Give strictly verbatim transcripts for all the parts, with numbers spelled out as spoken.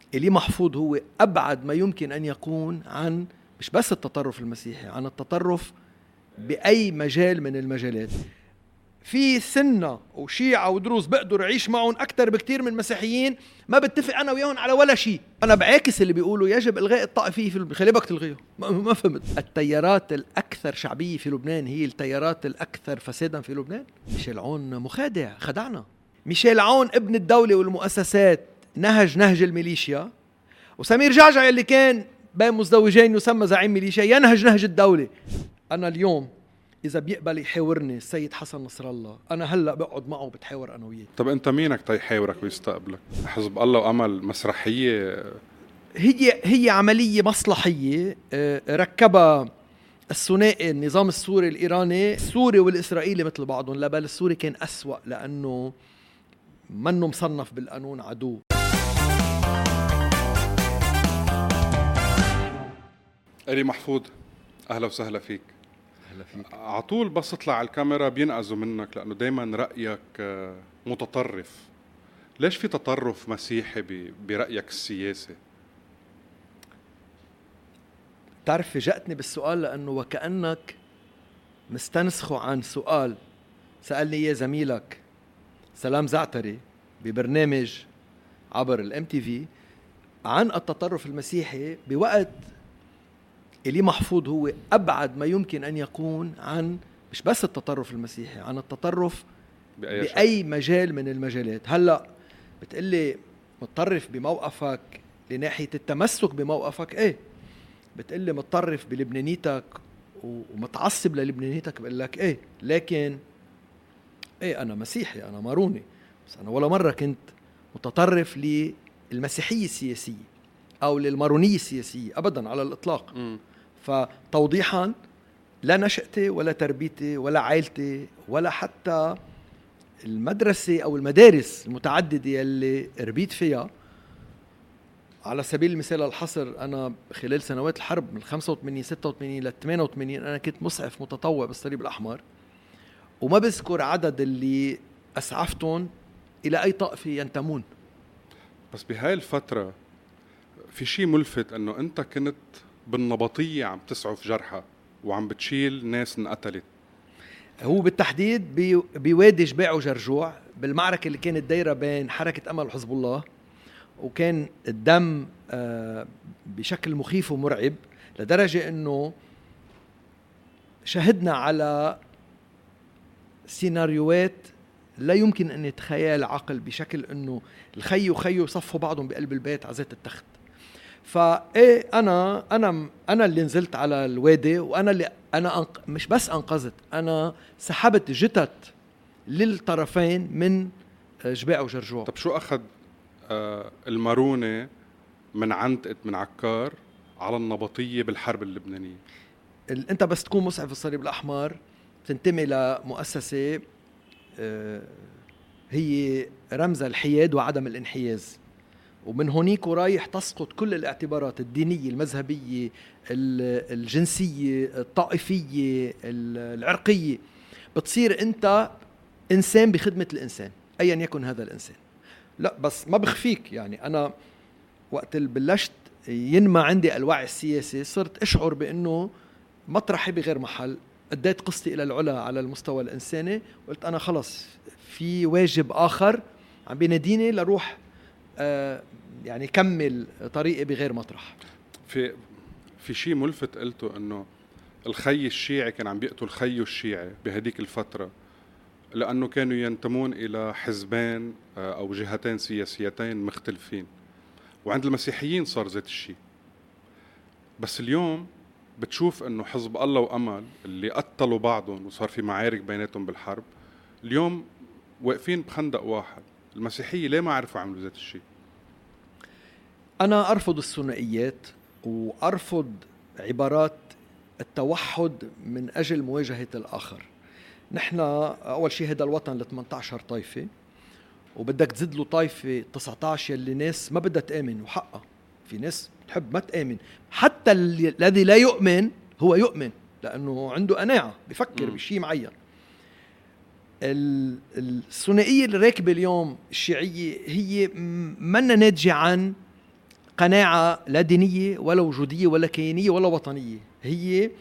إلي محفوظ هو أبعد ما يمكن أن يكون عن مش بس التطرف المسيحي، عن التطرف بأي مجال من المجالات. في سنة وشيعة ودروز بقدر يعيش معهم أكتر بكتير من مسيحيين ما بتفق أنا وياهم على ولا شيء. أنا بعاكس اللي بيقولوا يجب إلغاء الطائفية في لبنان. خلي بالك تلغيه، ما فهمت. التيارات الأكثر شعبية في لبنان هي التيارات الأكثر فسادا في لبنان. ميشيل عون مخادع، خدعنا. ميشيل عون ابن الدولة والمؤسسات نهج نهج الميليشيا، وسمير جعجع اللي كان بين مزدوجين يسمى زعيم ميليشيا ينهج نهج الدولة. أنا اليوم إذا بيقبل يحاورني السيد حسن نصر الله، أنا هلأ بقعد معه بتحاور أنا وياه. طب أنت مينك تيحاورك ويستقبلك؟ حزب الله وأمل مسرحية؟ هي هي عملية مصلحية ركبها الثنائي النظام السوري الإيراني. السوري والإسرائيلي مثل بعضهم، لا بل السوري كان أسوأ لأنه منه مصنف بالقانون عدو. إلي محفوظ، أهلا وسهلا فيك. عطول بس تطلع على الكاميرا بينقذوا منك لأنه دايما رأيك متطرف. ليش في تطرف مسيحي برأيك السياسي؟ تعرف فاجأتني بالسؤال لأنه وكأنك مستنسخه عن سؤال سألني إياه زميلك سلام زعتري ببرنامج عبر الام تي في عن التطرف المسيحي، بوقت إلي محفوظ هو أبعد ما يمكن أن يكون عن مش بس التطرف المسيحي، عن التطرف بأي, بأي مجال من المجالات. هلأ بتقلي متطرف بموقفك لناحية التمسك بموقفك، إيه بتقلي متطرف بلبنانيتك ومتعصب للبنانيتك، بقول لك إيه، لكن إيه أنا مسيحي، أنا ماروني، بس أنا ولا مرة كنت متطرف للمسيحية السياسية أو للمارونية السياسية أبداً على الإطلاق. م. فتوضيحاً، لا نشأتي ولا تربيتي ولا عائلتي ولا حتى المدرسة أو المدارس المتعددة اللي ربيت فيها، على سبيل المثال الحصر، أنا خلال سنوات الحرب من خمسة وثمانين ستة وثمانين ل ثمانية وثمانين أنا كنت مسعف متطوع بالصليب الأحمر، وما بذكر عدد اللي أسعفتهم إلى أي طائفة ينتمون. بس بهاي الفترة في شيء ملفت أنه أنت كنت بالنبطية عم تسعف جرحى وعم بتشيل ناس انقتلت. هو بالتحديد بوادي جباع وجرجوع بالمعركة اللي كانت دايرة بين حركة أمل وحزب الله، وكان الدم بشكل مخيف ومرعب لدرجة أنه شهدنا على سيناريوهات لا يمكن أن يتخيل عقل، بشكل أنه الخي وخي صفوا بعضهم بقلب البيت على زيت التخت. فايه انا انا انا اللي نزلت على الوادي، وانا اللي انا أنق... مش بس انقذت، انا سحبت جتت للطرفين من جباع وجرجوع. طب شو اخذ آه المارونة من عند من عكار على النبطية بالحرب اللبنانية؟ ال... انت بس تكون مسعف الصليب الاحمر تنتمي لمؤسسة آه هي رمز الحياد وعدم الانحياز، ومن هونيك ورايح تسقط كل الاعتبارات الدينية المذهبية الجنسية الطائفية العرقية. بتصير أنت إنسان بخدمة الإنسان أيا يكن هذا الإنسان. لا بس ما بخفيك، يعني أنا وقت اللي بلشت ينمى عندي الوعي السياسي صرت أشعر بأنه مطرحي بغير محل. أديت قصتي إلى العلا على المستوى الإنساني، قلت أنا خلص في واجب آخر عم بيناديني لروح آه يعني كمل طريقي بغير مطرح. في في شيء ملفت قلته انه الخي الشيعي كان عم بيقتل خيه الشيعي بهديك الفترة لانه كانوا ينتمون الى حزبين او جهتين سياسيتين مختلفين، وعند المسيحيين صار ذات الشيء. بس اليوم بتشوف انه حزب الله وامل اللي قتلوا بعضهم وصار في معارك بيناتهم بالحرب اليوم واقفين بخندق واحد. المسيحية ليه ما عرفوا عملوا ذات الشيء؟ أنا أرفض الثنائيات وأرفض عبارات التوحد من أجل مواجهة الآخر. نحن أول شيء هذا الوطن ل ثمانية عشر طائفة، وبدك تزيد له طائفة تسعة عشر يلي ناس ما بدها تآمن، وحقها في ناس بتحب ما تآمن. حتى الذي لا يؤمن هو يؤمن لأنه عنده قناعة بيفكر بشيء معين. الثنائية اللي راكبة اليوم الشيعية هي منا ناتجة عن قناعة لا دينية ولا وجودية ولا كيانية ولا وطنية. هي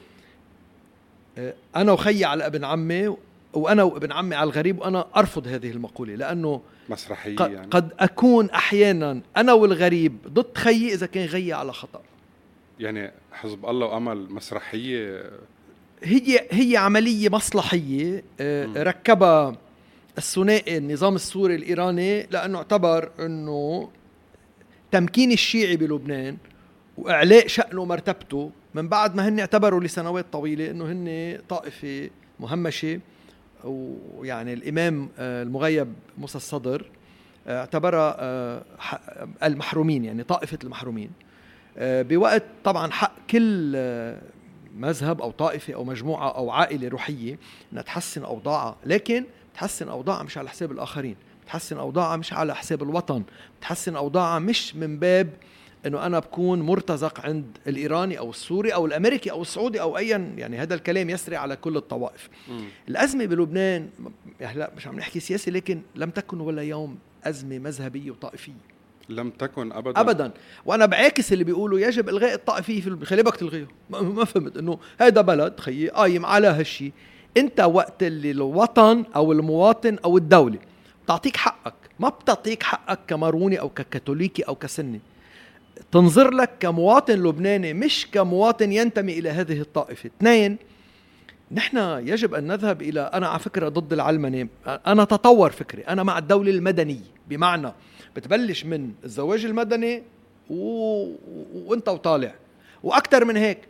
أنا وخيي على ابن عمي وأنا وابن عمي على الغريب، وأنا أرفض هذه المقولة لأنه مسرحية ق- يعني. قد أكون أحيانا أنا والغريب ضد خيي إذا كان غيي على خطأ. يعني حزب الله وأمل مسرحية، هي هي عملية مصلحية آه، ركبها الثنائي النظام السوري الإيراني، لأنه اعتبر أنه تمكين الشيعي بلبنان وإعلاء شأنه ومرتبته من بعد ما هن اعتبروا لسنوات طويلة أنه هن طائفة مهمشة، ويعني الإمام آه، المغيب موسى الصدر آه، اعتبرها آه، ح- المحرومين، يعني طائفة المحرومين، آه، بوقت طبعا حق كل آه، مذهب أو طائفة أو مجموعة أو عائلة روحية أنها تحسن أوضاعها، لكن تحسن أوضاعها مش على حساب الآخرين، تحسن أوضاعها مش على حساب الوطن، تحسن أوضاعها مش من باب أنه أنا بكون مرتزق عند الإيراني أو السوري أو الأمريكي أو السعودي أو أيا، يعني هذا الكلام يسري على كل الطوائف. مم. الأزمة بلبنان يعني لا مش عم نحكي سياسي، لكن لم تكن ولا يوم أزمة مذهبية وطائفية لم تكن أبدا ابدا. وانا بعاكس اللي بيقولوا يجب الغاء الطائفيه في الب- خلي بالك تلغيه، ما ما فهمت انه هيدا بلد خيي قايم على هالشي. انت وقت اللي الوطن او المواطن او الدوله بتعطيك حقك، ما بتعطيك حقك كماروني او ككاثوليكي او كسني، تنظر لك كمواطن لبناني مش كمواطن ينتمي الى هذه الطائفه. اثنين، نحن يجب ان نذهب الى، انا على فكره ضد العلمنه، انا تطور فكري، انا مع الدوله المدنيه، بمعنى بتبلش من الزواج المدني و... وانت وطالع، واكثر من هيك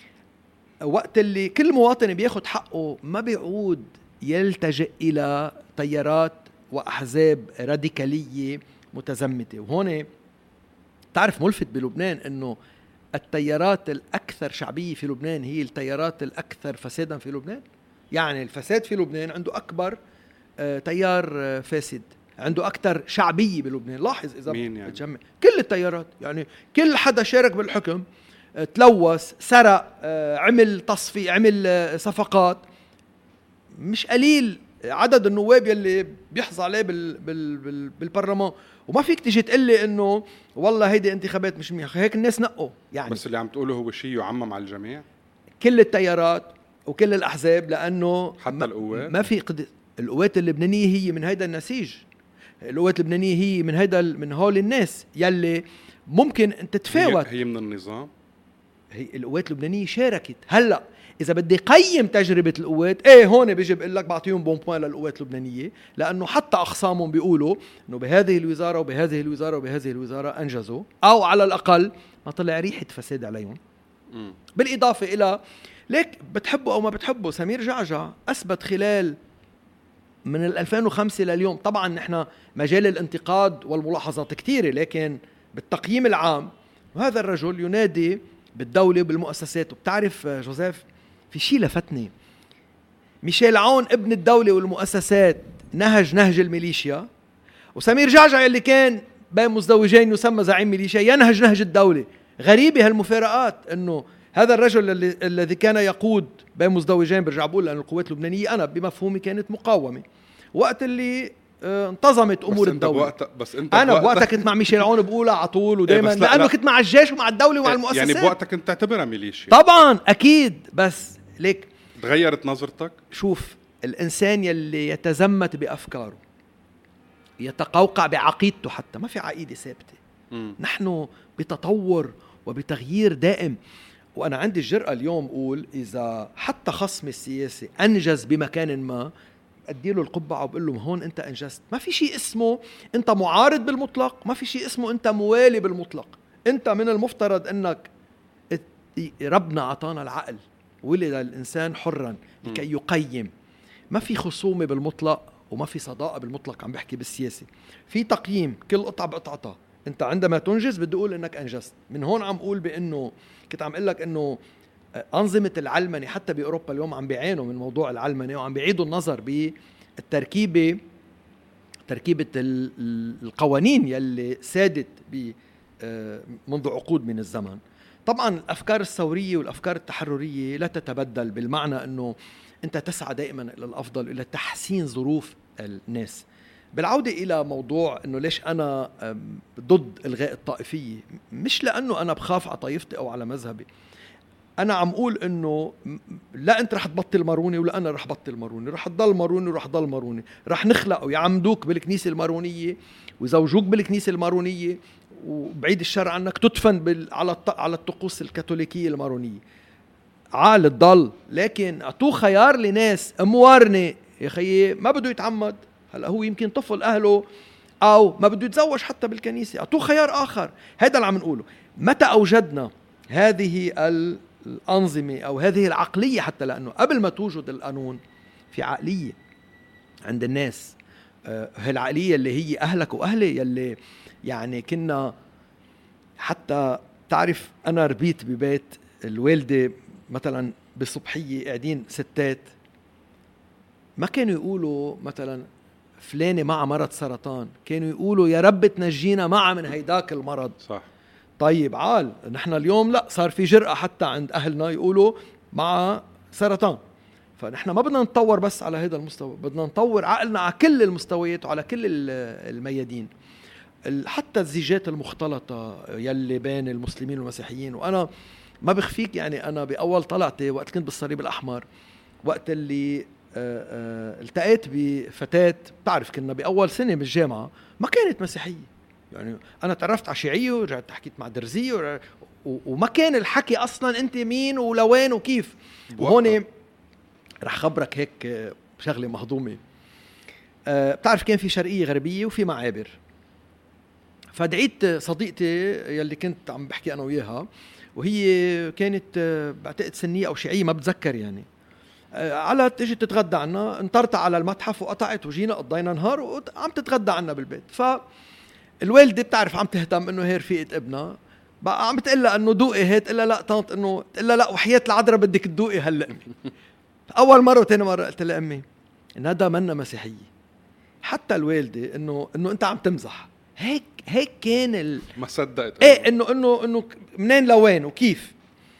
وقت اللي كل مواطن بياخد حقه ما بيعود يلتجئ الى تيارات واحزاب راديكاليه متزمته. وهون تعرف ملفت بلبنان انه التيارات الاكثر شعبيه في لبنان هي التيارات الاكثر فسادا في لبنان. يعني الفساد في لبنان عنده اكبر آه، تيار آه، فاسد، عنده أكثر شعبية بلبنان. لاحظ إذا مين يعني؟ بتجمع كل التيارات، يعني كل حدا شارك بالحكم، آه، تلوث، سرق، آه، عمل تصفي، عمل آه، صفقات، مش قليل عدد النواب يلي بيحظى عليه بال بال بال بالبرلمان. وما فيك تيجي تقول لي انه والله هيدي انتخابات مش منيحه، هيك الناس نقوا. يعني بس اللي عم تقوله هو شيء يعمم على الجميع، كل التيارات وكل الأحزاب، لأنه حتى ما القوات؟ ما في قد... القوات اللبنانية هي من هيدا النسيج، القوات اللبنانية هي من هيدا ال- من هول الناس يلي ممكن أنت تتفاوت. هي, هي من النظام. هي القوات اللبنانية شاركت. هلأ إذا بدي قيم تجربة القوات، إيه هون بيجي بقول لك بعطيهم بون بوان للقوات اللبنانية، لأنه حتى أخصامهم بيقولوا إنه بهذه الوزارة وبهذه الوزارة وبهذه الوزارة أنجزوا، أو على الأقل ما طلع ريحة فساد عليهم. مم. بالإضافة إلى ليك بتحبه أو ما بتحبه، سمير جعجع أثبت خلال من ألفين وخمسة لليوم، طبعا نحن مجال الانتقاد والملاحظات كثيرة، لكن بالتقييم العام وهذا الرجل ينادي بالدولة بالمؤسسات. وبتعرف جوزيف في شيء لفتني، ميشيل عون ابن الدولة والمؤسسات نهج نهج الميليشيا، وسمير جعجع اللي كان بين مزدوجين يسمى زعيم ميليشيا ينهج نهج الدولة. غريبة هالمفارقات، انه هذا الرجل اللي الذي كان يقود بين مزدوجين، برجع بقول لأن القوات اللبنانية أنا بمفهومي كانت مقاومة وقت اللي اه انتظمت أمور بس انت الدولة. بوقت بس انت أنا بوقتها بوقتها كنت مع ميشيل عون بقولها على طول ودائما، بس لا لأنه لا. كنت مع الجيش ومع الدولة ومع المؤسسات. يعني بوقتها كنت تعتبرها ميليشيا. طبعا أكيد، بس ليك تغيرت نظرتك؟ شوف، الإنسان يلي يتزمت بأفكاره، يتقوقع بعقيدته، حتى ما في عقيدة ثابتة. مم. نحن بتطور وبتغيير دائم. وأنا عندي الجرأة اليوم أقول إذا حتى خصمي السياسي أنجز بمكان ما، أديله القبعة وبقول له هون أنت أنجزت. ما في شيء اسمه أنت معارض بالمطلق، ما في شيء اسمه أنت موالي بالمطلق. أنت من المفترض أنك ربنا عطانا العقل، ولد الإنسان حرا لكي يقيم. ما في خصومة بالمطلق وما في صداقة بالمطلق. عم بحكي بالسياسة في تقييم كل قطعة بقطعتها. انت عندما تنجز بدي اقول انك انجزت. من هون عم اقول بانه كنت عم اقول لك انه انظمة العلمنة حتى باوروبا اليوم عم بيعانوا من موضوع العلمنة، وعم بيعيدوا النظر بالتركيبة، تركيبة القوانين يلي سادت منذ عقود من الزمن. طبعا الافكار الثورية والافكار التحررية لا تتبدل، بالمعنى انه انت تسعى دائما الى الافضل، الى تحسين ظروف الناس. بالعودة إلى موضوع أنه ليش أنا ضد إلغاء الطائفية، مش لأنه أنا بخاف على طائفتي أو على مذهبي. أنا عم أقول أنه لا أنت رح تبطل ماروني ولا أنا رح بطل ماروني، رح تضل ماروني ورح تضل ماروني، رح نخلق ويعمدوك بالكنيسة المارونية ويزوجوك بالكنيسة المارونية، وبعيد الشر عنك تدفن بال... على على الطقوس الكاثوليكية المارونية. عال تضل، لكن أعطوه خيار لناس موارنة يا خيي ما بده يتعمد، هلا هو يمكن طفل أهله أو ما بده يتزوج حتى بالكنيسة، أعطوه خيار آخر. هذا اللي عم نقوله. متى أوجدنا هذه الأنظمة أو هذه العقلية؟ حتى لأنه قبل ما توجد القانون في عقلية عند الناس، هي العقلية اللي هي أهلك وأهلي، يلي يعني كنا حتى تعرف أنا ربيت ببيت الوالدة مثلا بصبحية قاعدين ستات ما كانوا يقولوا مثلا فلانة مع مرض سرطان، كانوا يقولوا يا رب تنجينا معها من هيداك المرض. صح. طيب عال نحن اليوم لا، صار في جرأة حتى عند أهلنا يقولوا مع سرطان. فنحن ما بدنا نطور بس على هذا المستوى، بدنا نطور عقلنا على كل المستويات وعلى كل الميادين. حتى الزيجات المختلطة يلي بين المسلمين والمسيحيين. وأنا ما بخفيك يعني أنا بأول طلعتي وقت كنت بالصليب الأحمر، وقت اللي التقيت بفتاة، بتعرف كنا بأول سنة بالجامعة ما كانت مسيحية، يعني أنا تعرفت على شيعية ورجعت حكيت مع درزية وما كان الحكي أصلا أنت مين ولوين وكيف. وهون رح خبرك هيك بشغلة مهضومة. أه بتعرف كان في شرقية غربية وفي معابر، فدعيت صديقتي يلي كنت عم بحكي أنا وياها، وهي كانت بعتقد سنية أو شيعية ما بتذكر يعني، أه على تجي تتغدى عنا، انطرت على المتحف وقطعت وجينا قضينا نهار وعم تتغدى عنا بالبيت. فالوالدة بتعرف عم تهتم إنه هي رفيقة ابنها، بقى عم بتقلها إنه دوقي هي، تقلها لا طنط، إنه تقلها لا وحياة العذراء بدك تدوقي هلأ. أول مرة وتاني مرة قلت لها أمي ندى منا مسيحية. حتى الوالدة إنه إنه أنت عم تمزح. هيك هيك كان ال... ما صدقت إيه إنه إنه إنه منين لوين وكيف.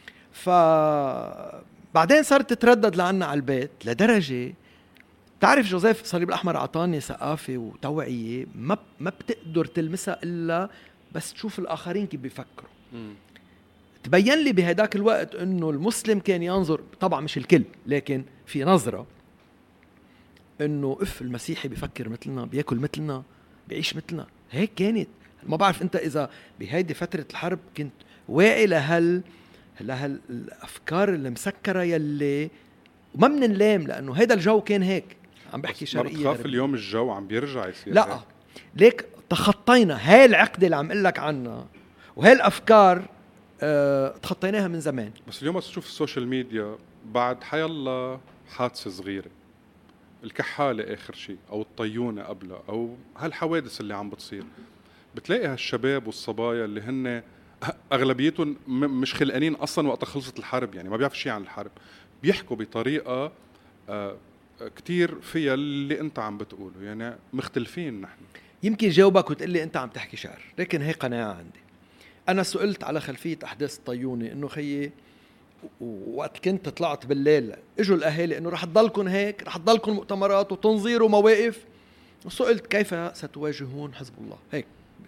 فبعدين صارت تتردد لعنا على البيت لدرجة تعرف جوزيف صليب الأحمر عطاني ثقافة وتوعية ما ما بتقدر تلمسها إلا بس تشوف الآخرين كيف بيفكروا. م. تبين لي بهداك الوقت انه المسلم كان ينظر، طبعا مش الكل لكن في نظرة انه اف المسيحي بيفكر مثلنا، بياكل مثلنا، بيعيش مثلنا. هيك كانت. ما بعرف انت اذا بهيدي فترة الحرب كنت واعي لهال لهالافكار المسكرة يلي وما من نلام، لانه هيدا الجو كان هيك. عم بحكي شرقية. ما بتخاف اليوم الجو عم بيرجع يصير؟ لا هيك. ليك تخطينا هاي العقدة اللي عم قلك عنها وهي الافكار أه، تخطيناها من زمان. بس اليوم تشوف السوشيال ميديا بعد حيالله حادثة صغيرة، الكحالة آخر شيء أو الطيونة قبلها أو هالحوادث اللي عم بتصير، بتلاقي هالشباب والصبايا اللي هن أغلبيتهم مش خلقانين أصلا وقت خلصت الحرب، يعني ما بيعرف شيء عن الحرب، بيحكوا بطريقة آه كتير فيها اللي أنت عم بتقوله، يعني مختلفين نحن. يمكن جاوبك وتقلي أنت عم تحكي شعر، لكن هي قناعة عندي. أنا سئلت على خلفية أحداث الطيونة إنه خيي وقت كنت طلعت بالليل إجوا الأهالي إنه رح تضلكن هيك، رح تضلكن مؤتمرات وتنظير ومواقف، وسئلت كيف ستواجهون حزب الله هيك،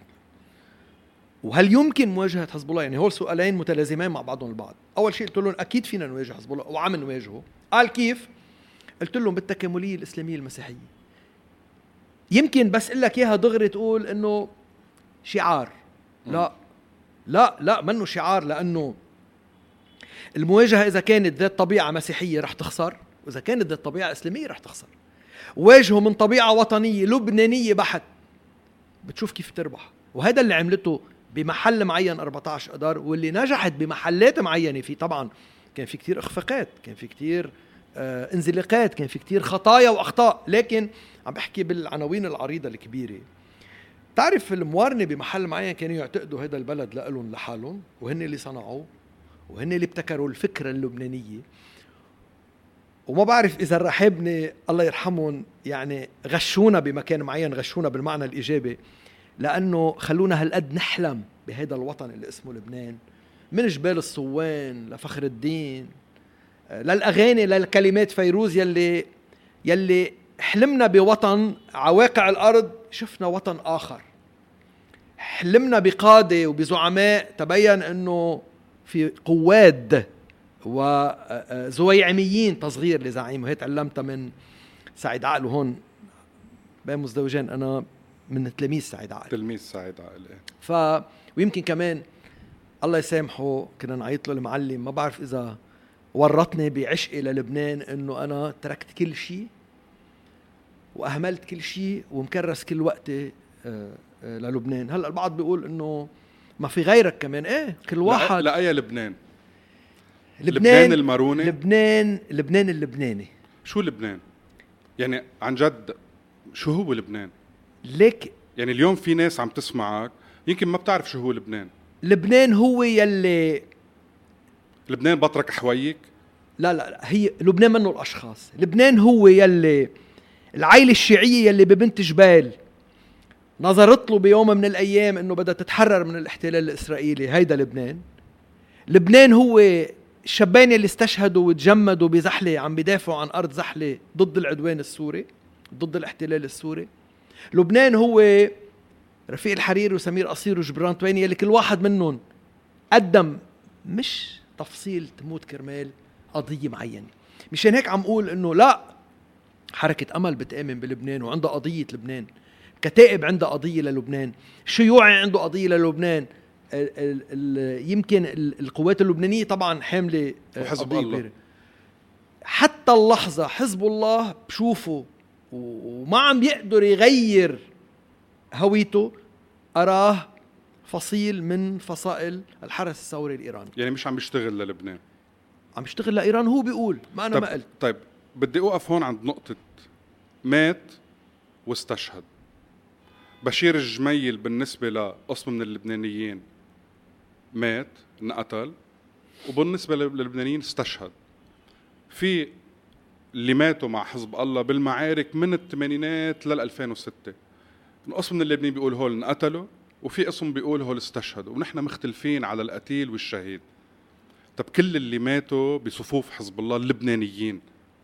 وهل يمكن مواجهة حزب الله؟ يعني هول سؤالين متلازمين مع بعضهم البعض. أول شيء قلت لهم أكيد فينا نواجه حزب الله وعم نواجهه. قال كيف؟ قلت لهم بالتكاملية الإسلامية المسيحية. يمكن بس إقول لك إياها دغري تقول إنه شعار، لا لا لا منه شعار، لأنه المواجهة إذا كانت ذات طبيعة مسيحية رح تخسر، وإذا كانت ذات طبيعة إسلامية رح تخسر. واجهه من طبيعة وطنية لبنانية بحت، بتشوف كيف تربح. وهذا اللي عملته بمحل معين أربعة عشر أدار، واللي نجحت بمحلات معينة. في طبعا كان في كتير إخفاقات، كان في كتير آه انزلاقات، كان في كتير خطايا وأخطاء، لكن عم بحكي بالعناوين العريضة الكبيرة. تعرف الموارنة بمحل معين كانوا يعتقدوا هذا البلد لألهم لحالهم، وهن اللي صنعوه وهن اللي ابتكروا الفكرة اللبنانية. وما بعرف إذا الرحابنة الله يرحمهم يعني غشونا بمكان معين، غشونا بالمعنى الإيجابي، لأنه خلونا هالقد نحلم بهذا الوطن اللي اسمه لبنان، من جبال الصوان لفخر الدين للأغاني للكلمات فيروز يلي يلي حلمنا بوطن عواقع الأرض، شفنا وطن آخر. حلمنا بقادة وبزعماء، تبين أنه في قواد وزويعميين تصغير لزعيم. وهي تعلمتها من سعيد عقل، وهون بين مزدوجين أنا من تلاميذ سعيد عقل تلميذ سعيد عقل. ف ويمكن كمان الله يسامحه كنا نعيط له المعلم، ما بعرف إذا ورطني بعشقي للبنان، إنه أنا تركت كل شيء وأهملت كل شيء ومكرس كل وقتي للبنان. هلأ البعض بيقول إنه ما في غيرك كمان. إيه، كل واحد. لا أي لبنان؟ لبنان, لبنان الماروني، لبنان لبنان اللبناني. شو لبنان؟ يعني عن جد شو هو لبنان؟ ليك يعني اليوم في ناس عم تسمعك يمكن ما بتعرف شو هو لبنان. لبنان هو يلي لبنان بطرك حويك. لا لا لا، هي لبنان منه الأشخاص. لبنان هو يلي العائلة الشيعية يلي ببنت جبال نظرت له بيوم من الأيام إنه بدها تتحرر من الاحتلال الإسرائيلي. هيدا لبنان. لبنان هو الشبان اللي استشهدوا وتجمدوا بزحلة عم بيدافعوا عن أرض زحلة ضد العدوان السوري، ضد الاحتلال السوري. لبنان هو رفيق الحريري وسمير قصير وجبران تويني اللي كل واحد منهم قدم مش تفصيل تموت كرمال قضية معينة. مشان هيك عم قول إنه لا، حركة أمل بتآمن بلبنان وعندها قضية لبنان، كتائب عندها قضية للبنان، شيوعي عنده قضية للبنان. ال ال ال يمكن ال القوات اللبنانية طبعا حاملة وحزب الله كبيرة. حتى اللحظة حزب الله بشوفه وما عم بيقدر يغير هويته، أراه فصيل من فصائل الحرس الثوري الإيراني. يعني مش عم بيشتغل للبنان، عم يشتغل لإيران. هو بيقول ما أنا طيب ما قلت. طيب بدي أوقف هون عند نقطة مات واستشهد. بشير الجميل بالنسبة لقسم من اللبنانيين مات انقتل، وبالنسبة للبنانيين استشهد. في اللي ماتوا مع حزب الله بالمعارك من الثمانينات لل ألفين وستة، قسم من اللبنانيين بيقول هول انقتلوا، وفي قسم بيقول هول استشهدوا، ونحن مختلفين على القتيل والشهيد. طب كل اللي ماتوا بصفوف حزب الله اللبنانيين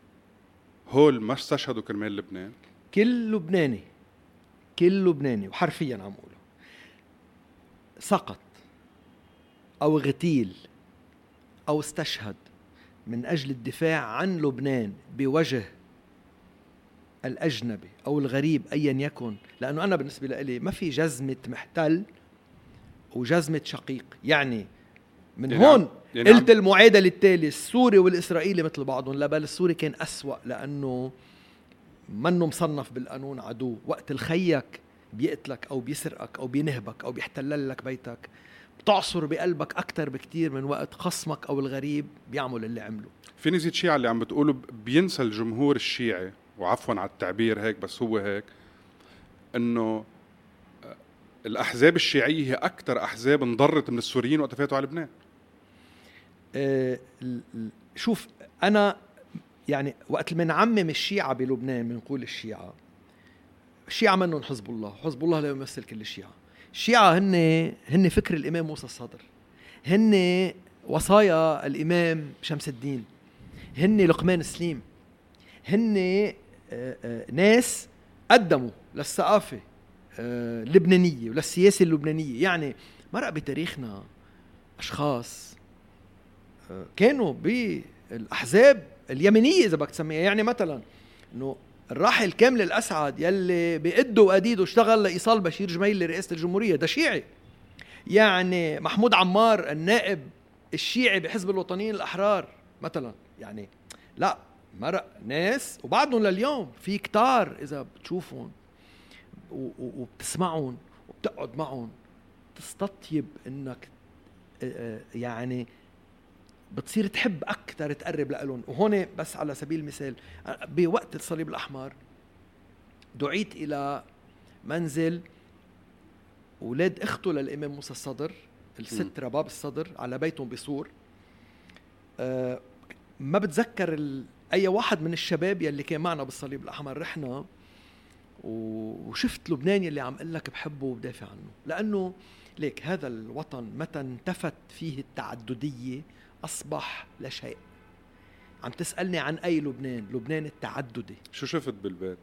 هول ما استشهدوا كرمال لبنان؟ كل لبناني كل لبناني وحرفيا عم أقوله سقط أو اغتيل أو استشهد من أجل الدفاع عن لبنان بوجه الأجنبي أو الغريب أيا يكن. لأنه أنا بالنسبة لي ما في جزمة محتل وجزمة شقيق. يعني من يعني هون يعني قلت عم المعادلة التالي السوري والإسرائيلي مثل بعضهم. لا بل السوري كان أسوأ، لأنه منه مصنف بالقانون عدو. وقت الخيك بيقتلك أو بيسرقك أو بينهبك أو بيحتلل لك بيتك، بتعصر بقلبك أكتر بكتير من وقت خصمك أو الغريب بيعمل اللي عمله. في نزيد شيعة اللي عم بتقولوا بينسى الجمهور الشيعي، وعفوا على التعبير هيك بس هو هيك، إنه الأحزاب الشيعية هي أكتر أحزاب انضرت من السوريين وقت فاتوا على لبنان. أه شوف، أنا يعني وقت من عمم الشيعة بلبنان بنقول الشيعة الشيعة منهم حزب الله. حزب الله لا يمثل كل الشيعة. الشيعة هن هن فكر الإمام موسى الصدر، هن وصايا الإمام شمس الدين، هن لقمان سليم، هن ناس قدموا للثقافة اللبنانية وللسياسة اللبنانية. يعني مرق بتاريخنا أشخاص كانوا بالأحزاب اليمينية إذا بدك تسميها. يعني مثلا إنه الراحل كامل الأسعد يلي بقده وقديده اشتغل لإيصال بشير جميل لرئاسة الجمهورية، ده شيعي. يعني محمود عمار النائب الشيعي بحزب الوطنيين الأحرار مثلا. يعني لا، مرق ناس وبعدهم لليوم في كتار إذا بتشوفهم وبتسمعهم وبتقعد معهم تستطيب إنك يعني بتصير تحب أكتر تقرب لألون. وهون بس على سبيل المثال، بوقت الصليب الأحمر دعيت إلى منزل أولاد أخته للإمام موسى الصدر، الست رباب الصدر، على بيتهم بصور. أه ما بتذكر أي واحد من الشباب يلي كان معنا بالصليب الأحمر. رحنا وشفت لبنان يلي عم قلك بحبه وبدافع عنه. لأنه ليك هذا الوطن متى انتفت فيه التعددية أصبح لا شيء. عم تسألني عن أي لبنان؟ لبنان التعددي. شو شفت بالبيت؟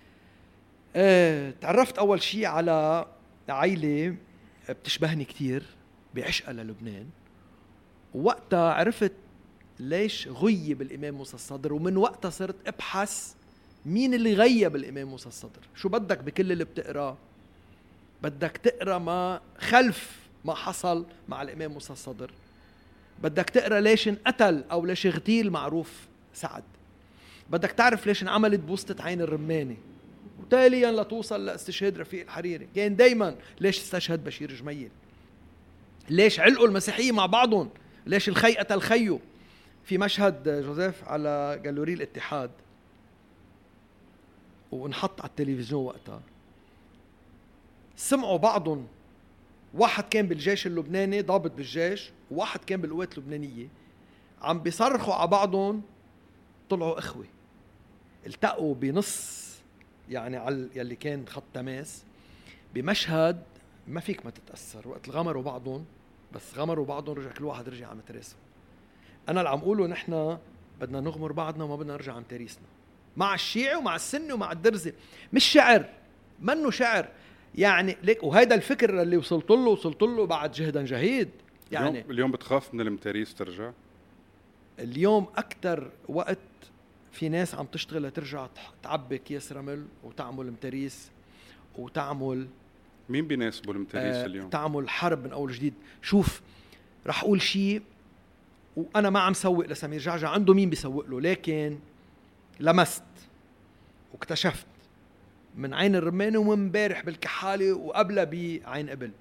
اه تعرفت أول شيء على عائلة بتشبهني كتير بعشقها للبنان، ووقتها عرفت ليش غيب الإمام موسى الصدر، ومن وقتها صرت أبحث مين اللي غيب الإمام موسى الصدر. شو بدك بكل اللي بتقرأ؟ بدك تقرأ ما خلف ما حصل مع الإمام موسى الصدر، بدك تقرأ ليش انقتل أو ليش اغتيل معروف سعد، بدك تعرف ليش انعملت بوسطة عين الرماني، وتاليا لتوصل لاستشهاد رفيق الحريري. كان دايما ليش استشهد بشير جميل، ليش علقوا المسيحيين مع بعضهم، ليش الخي قتل الخيو. في مشهد جوزيف على جالوري الاتحاد وانحط على التلفزيون وقتها، سمعوا بعضهم، واحد كان بالجيش اللبناني ضابط بالجيش، وواحد كان بالقوات اللبنانية، عم بيصرخوا على بعضهم، طلعوا اخوة، التقوا بنص يعني على يلي كان خط تماس، بمشهد ما فيك ما تتأثر. وقت الغمروا بعضهم، بس غمروا بعضهم رجع كل واحد رجع على متراسه. انا اللي عم قوله نحن بدنا نغمر بعضنا وما بدنا نرجع على متراسنا، مع الشيعي ومع السني ومع الدرزي. مش شعر، منه شعر يعني ليك. وهيدا الفكر اللي وصلت له وصلت له بعد جهدا جهيد. يعني اليوم, اليوم بتخاف من المتاريس ترجع؟ اليوم أكتر وقت في ناس عم تشتغل لترجع تعبي كيس رمل وتعمل متاريس وتعمل. مين بيناسبوا المتاريس آه اليوم؟ تعمل حرب من أول جديد. شوف رح أقول شيء وأنا ما عم سوق لسمير جعجع، عنده مين بيسوق له، لكن لمست واكتشفت من عين الرماني ومن امبارح بالكحالة وقبلها بعين قبل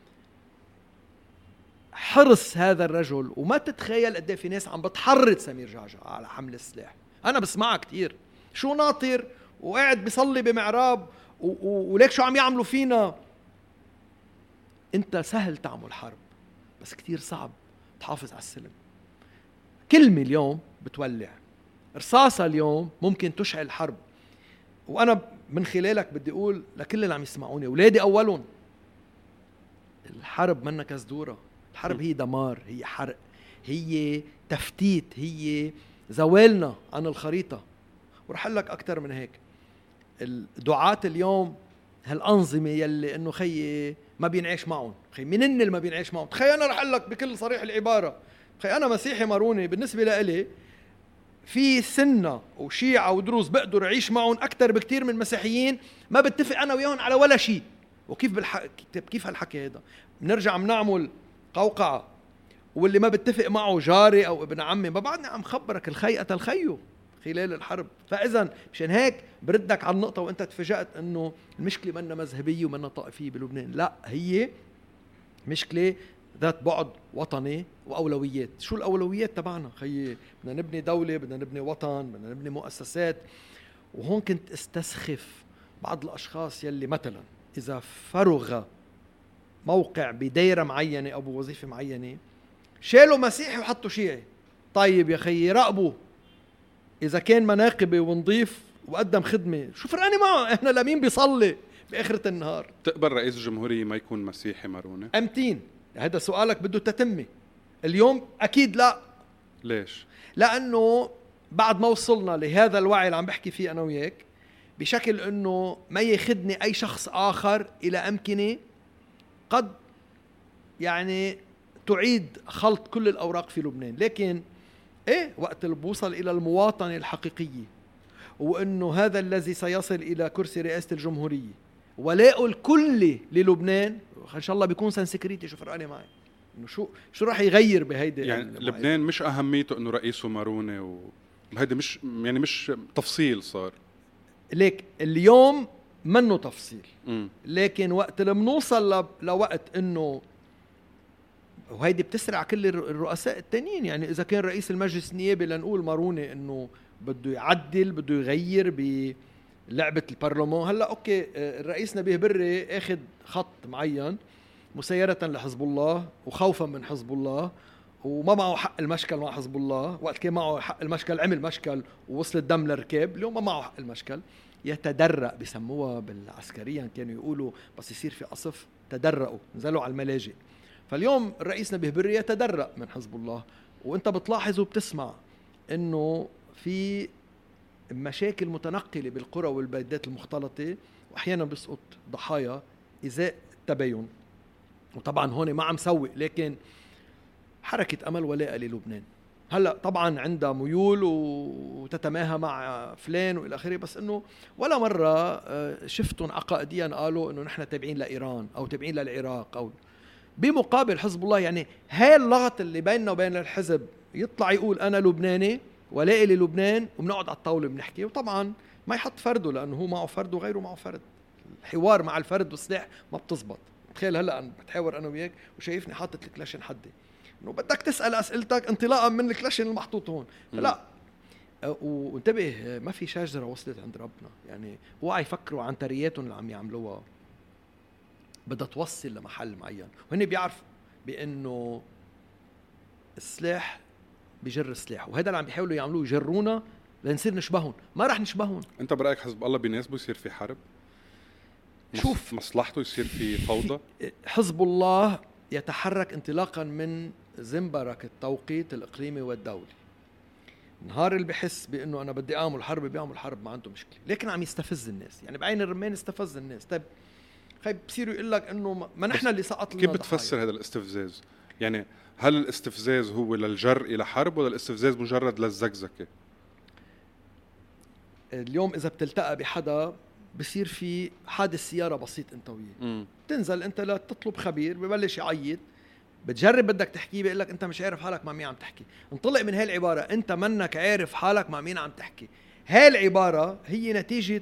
حرص هذا الرجل. وما تتخيل قد ايه في ناس عم بتحرض سمير جعجع على حمل السلاح. انا بسمعها كتير، شو ناطر وقاعد بيصلي بمعراب و- و- وليك شو عم يعملوا فينا. انت سهل تعمل حرب بس كتير صعب تحافظ على السلم. كلمة اليوم بتولع، رصاصة اليوم ممكن تشعل حرب. وانا من خلالك بدي اقول لكل اللي عم يسمعوني، اولادي اولهم، الحرب منا كزدورة. الحرب هي دمار، هي حرق، هي تفتيت، هي زوالنا عن الخريطة. ورح أقول لك أكتر من هيك، الدعاة اليوم هالأنظمة يلي إنه خيي ما بينعيش معهم، خي منن اللي ما بينعيش معهم. تخيل أنا رح أقول لك بكل صريح العبارة، خي أنا مسيحي ماروني، بالنسبة لإلي في سنة وشيعة ودروز بقدر أعيش معهم أكتر بكتير من مسيحيين ما بتفق أنا وياهم على ولا شيء. وكيف بالح... كيف هالحكي هذا؟ بنرجع عم نعمل قوقعة، واللي ما بتفق معه جاري أو ابن عمي. ما بعدني عم خبرك الخي قتل خيو خلال الحرب. فإذا مشان هيك بردك على النقطة وانت تفاجأت انه المشكلة منا مذهبية ومنا طائفية بلبنان، لا، هي مشكلة ذات بعد وطني وأولويات. شو الأولويات تبعنا؟ خيي بدنا نبني دولة، بدنا نبني وطن، بدنا نبني مؤسسات. وهون كنت استسخف بعض الأشخاص يلي مثلا إذا فرغ موقع بدايرة معينة أو بوظيفة معينة شالوا مسيحي وحطوا شيعي. طيب يا خيي راقبوا إذا كان مناقبي ونضيف وقدم خدمة، شو فرقاني معه؟ إحنا لمين بيصلي بآخرة النهار؟ تقبل رئيس الجمهورية ما يكون مسيحي مارونة؟ أمتين هذا سؤالك بده تتمي اليوم؟ أكيد لا. ليش؟ لأنه بعد ما وصلنا لهذا الوعي اللي عم بحكي فيه أنا وياك، بشكل أنه ما يخدني أي شخص آخر إلى أمكنة قد يعني تعيد خلط كل الأوراق في لبنان. لكن إيه وقت اللي بوصل إلى المواطنة الحقيقية وأنه هذا الذي سيصل إلى كرسي رئاسة الجمهورية ولاء الكل للبنان، إن شاء الله بيكون سنسكريتي. شو فرقاني معي إنه شو شو راح يغير بهيدا يعني لبنان مش أهميته إنه رئيسه مارونة، وهذا مش يعني مش تفصيل صار. ليك اليوم منه تفصيل. م. لكن وقت اللي بنوصل لوقت إنه وهيدي بتسرع كل الرؤساء التانيين. يعني إذا كان رئيس المجلس النيابي لنقول مارونة إنه بده يعدل، بده يغير بلعبة البرلمان. هلأ أوكي الرئيس نبيه بري أخذ خط معين مسيرة لحزب الله وخوفا من حزب الله، وما معه حق المشكل مع حزب الله. وقت كان معه حق المشكل عمل مشكل ووصل الدم للركاب. اليوم ما معه حق المشكل، يتدرق بسموها بالعسكرية، كانوا يقولوا بس يصير في قصف تدرقوا نزلوا على الملاجئ. فاليوم الرئيس نبيه بري يتدرق من حزب الله. وانت بتلاحظ وبتسمع انه في مشاكل متنقلة بالقرى والبلدات المختلطة، واحيانا بيسقط ضحايا ازاء التباين. وطبعا هون ما عم سوي، لكن حركة امل ولاء للبنان هلا طبعا عندها ميول وتتماهى مع فلان والى اخره، بس انه ولا مره شفتهم عقائديا قالوا انه نحن تابعين لايران او تابعين للعراق، او بمقابل حزب الله. يعني هاي اللغط اللي بيننا وبين الحزب يطلع يقول انا لبناني ولائي للبنان، وبنقعد على الطاوله بنحكي، وطبعا ما يحط فرده لانه هو معه فرد وغيره معه فرد. الحوار مع الفرد والسلاح ما بتزبط. تخيل هلا انا بتحاور انا وياك وشايفني حاطط الكلاشين حدي، انه بدك تسال اسئلتك انطلاقا من الكلاشين المحطوط هون. لا، وانتبه ما في شجره وصلت عند ربنا، يعني اوعى يفكروا عن ترياتهم اللي عم يعملوها بدها توصل لمحل معين، وهن بيعرفوا بانه السلاح بيجر السلاح، وهذا اللي عم بيحاولوا يعملوه يجرونا لنصير نشبههم. ما رح نشبههم. انت برايك حزب الله بيناسبه يصير في حرب؟ شوف مصلحته يصير في فوضى؟ حزب الله يتحرك انطلاقا من زنبرك التوقيت الإقليمي والدولي. نهار اللي بحس بأنه أنا بدي أعمل حرب بيعمل حرب، ما عنده مشكلة، لكن عم يستفز الناس. يعني بعين الرمان استفز الناس. طيب خيب بصيروا يقول لك أنه ما نحن اللي سقط لنا. كيف بتفسر هذا الاستفزاز؟ يعني هل الاستفزاز هو للجر إلى حرب ولا الاستفزاز مجرد للزقزقة؟ اليوم إذا بتلتقى بحدا بصير في حادث سيارة بسيط انت وياه، تنزل انت لا تطلب خبير، ببلش يعيط، بتجرب بدك تحكيه بيقول لك انت مش عارف حالك مع مين عم تحكي. انطلق من هاي العبارة، انت منك عارف حالك مع مين عم تحكي. هاي العبارة هي نتيجة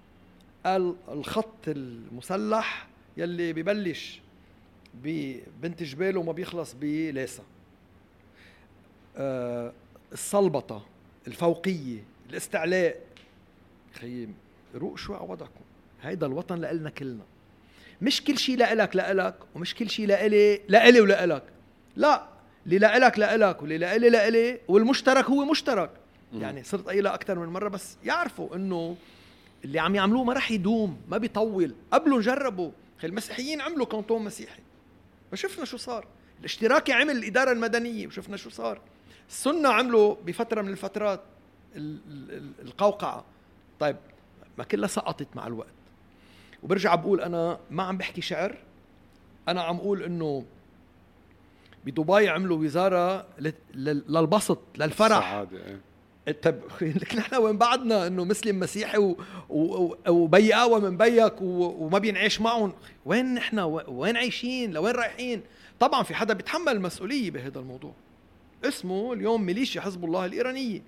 الخط المسلح يلي ببلش ببنت جبال وما بيخلص بلاسا. أه الصلبطة، الفوقية، الاستعلاء. خيي روق شوي على وضعكم. هيدا الوطن لإلنا كلنا، مش كل شيء لإلك لإلك ومش كل شيء لإلي لإلي ولإلك. لا، اللي لإلك لإلك واللي لإلي لإلي، والمشترك هو مشترك. م. يعني صرت قايلها أكثر من مرة، بس يعرفوا إنه اللي عم يعملوه ما رح يدوم، ما بيطول. قبلوا جربوا. خي المسيحيين عملوا كانتون مسيحي وشفنا شو صار. الاشتراكي عمل الإدارة المدنية وشفنا شو صار. السنة عملوا بفترة من الفترات القوقعة. طيب ما كلها سقطت مع الوقت. وبرجع بقول أنا ما عم بحكي شعر، أنا عم أقول إنه بدبي عملوا وزارة للبسط للفرح السعادة. طب نحن وين بعدنا إنه مسلم مسيحي و... و... وبي قهوة من بيك و... وما بينعيش معهم؟ وين نحن؟ وين عايشين؟ لوين رايحين؟ طبعا في حدا بيتحمل المسؤولية بهذا الموضوع، اسمه اليوم ميليشيا حزب الله الإيرانية.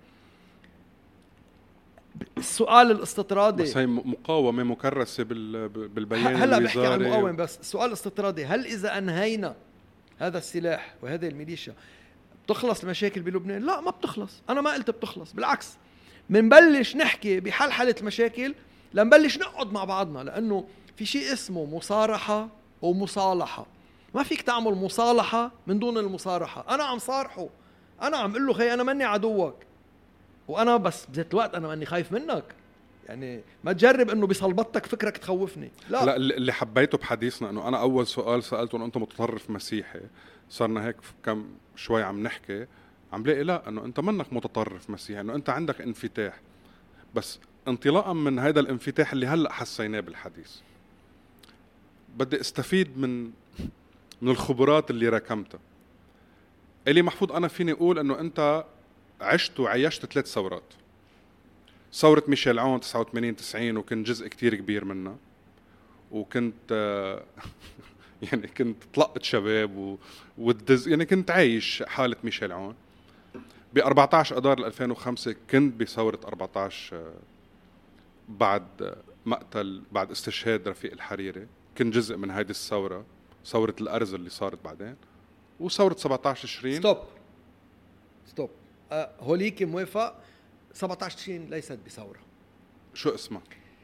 السؤال الاستطرادي، بس هي مقاومة مكرسة بالبيان هلا بحكي عن مقاومة، بس السؤال الاستطرادي، هل إذا أنهينا هذا السلاح وهذه الميليشيا بتخلص المشاكل بلبنان؟ لا، ما بتخلص. أنا ما قلت بتخلص، بالعكس منبلش نحكي بحلحلة المشاكل لنبلش نقعد مع بعضنا، لأنه في شيء اسمه مصارحة ومصالحة. ما فيك تعمل مصالحة من دون المصارحة. أنا عم صارحه، أنا عم قل له خي أنا مني عدوك، وأنا بس بذات الوقت أنا ماني خايف منك. يعني ما تجرب إنه بصلبتك فكرك تخوفني. لا, لا اللي حبيته بحديثنا إنه أنا أول سؤال سألته إنه أنت متطرف مسيحي، صرنا هيك كم شوي عم نحكي عم لاقي لا إنه أنت منك متطرف مسيحي، إنه أنت عندك انفتاح. بس انطلاقا من هذا الانفتاح اللي هلأ حسيناه بالحديث، بدي استفيد من من الخبرات اللي ركمتها. اللي محفوظ أنا فيني أقول إنه أنت عشت وعيشت ثلاث ثورات. ثورة ميشيل عون تسعة وثمانين تسعين وكنت جزء كتير كبير منها، وكنت يعني كنت طلقت شباب والدز، يعني كنت عايش حالة ميشيل عون. ب أربعة عشر أذار ألفين وخمسة كنت بثورة أربعة عشر بعد مقتل بعد استشهاد رفيق الحريري، كنت جزء من هذه الثورة، ثورة الأرز اللي صارت بعدين، وثورة سبعة عشر تشرين. ستوب ستوب أه هوليك موافق. سبعة عشر تشرين ليست بثورة. شو اسمها؟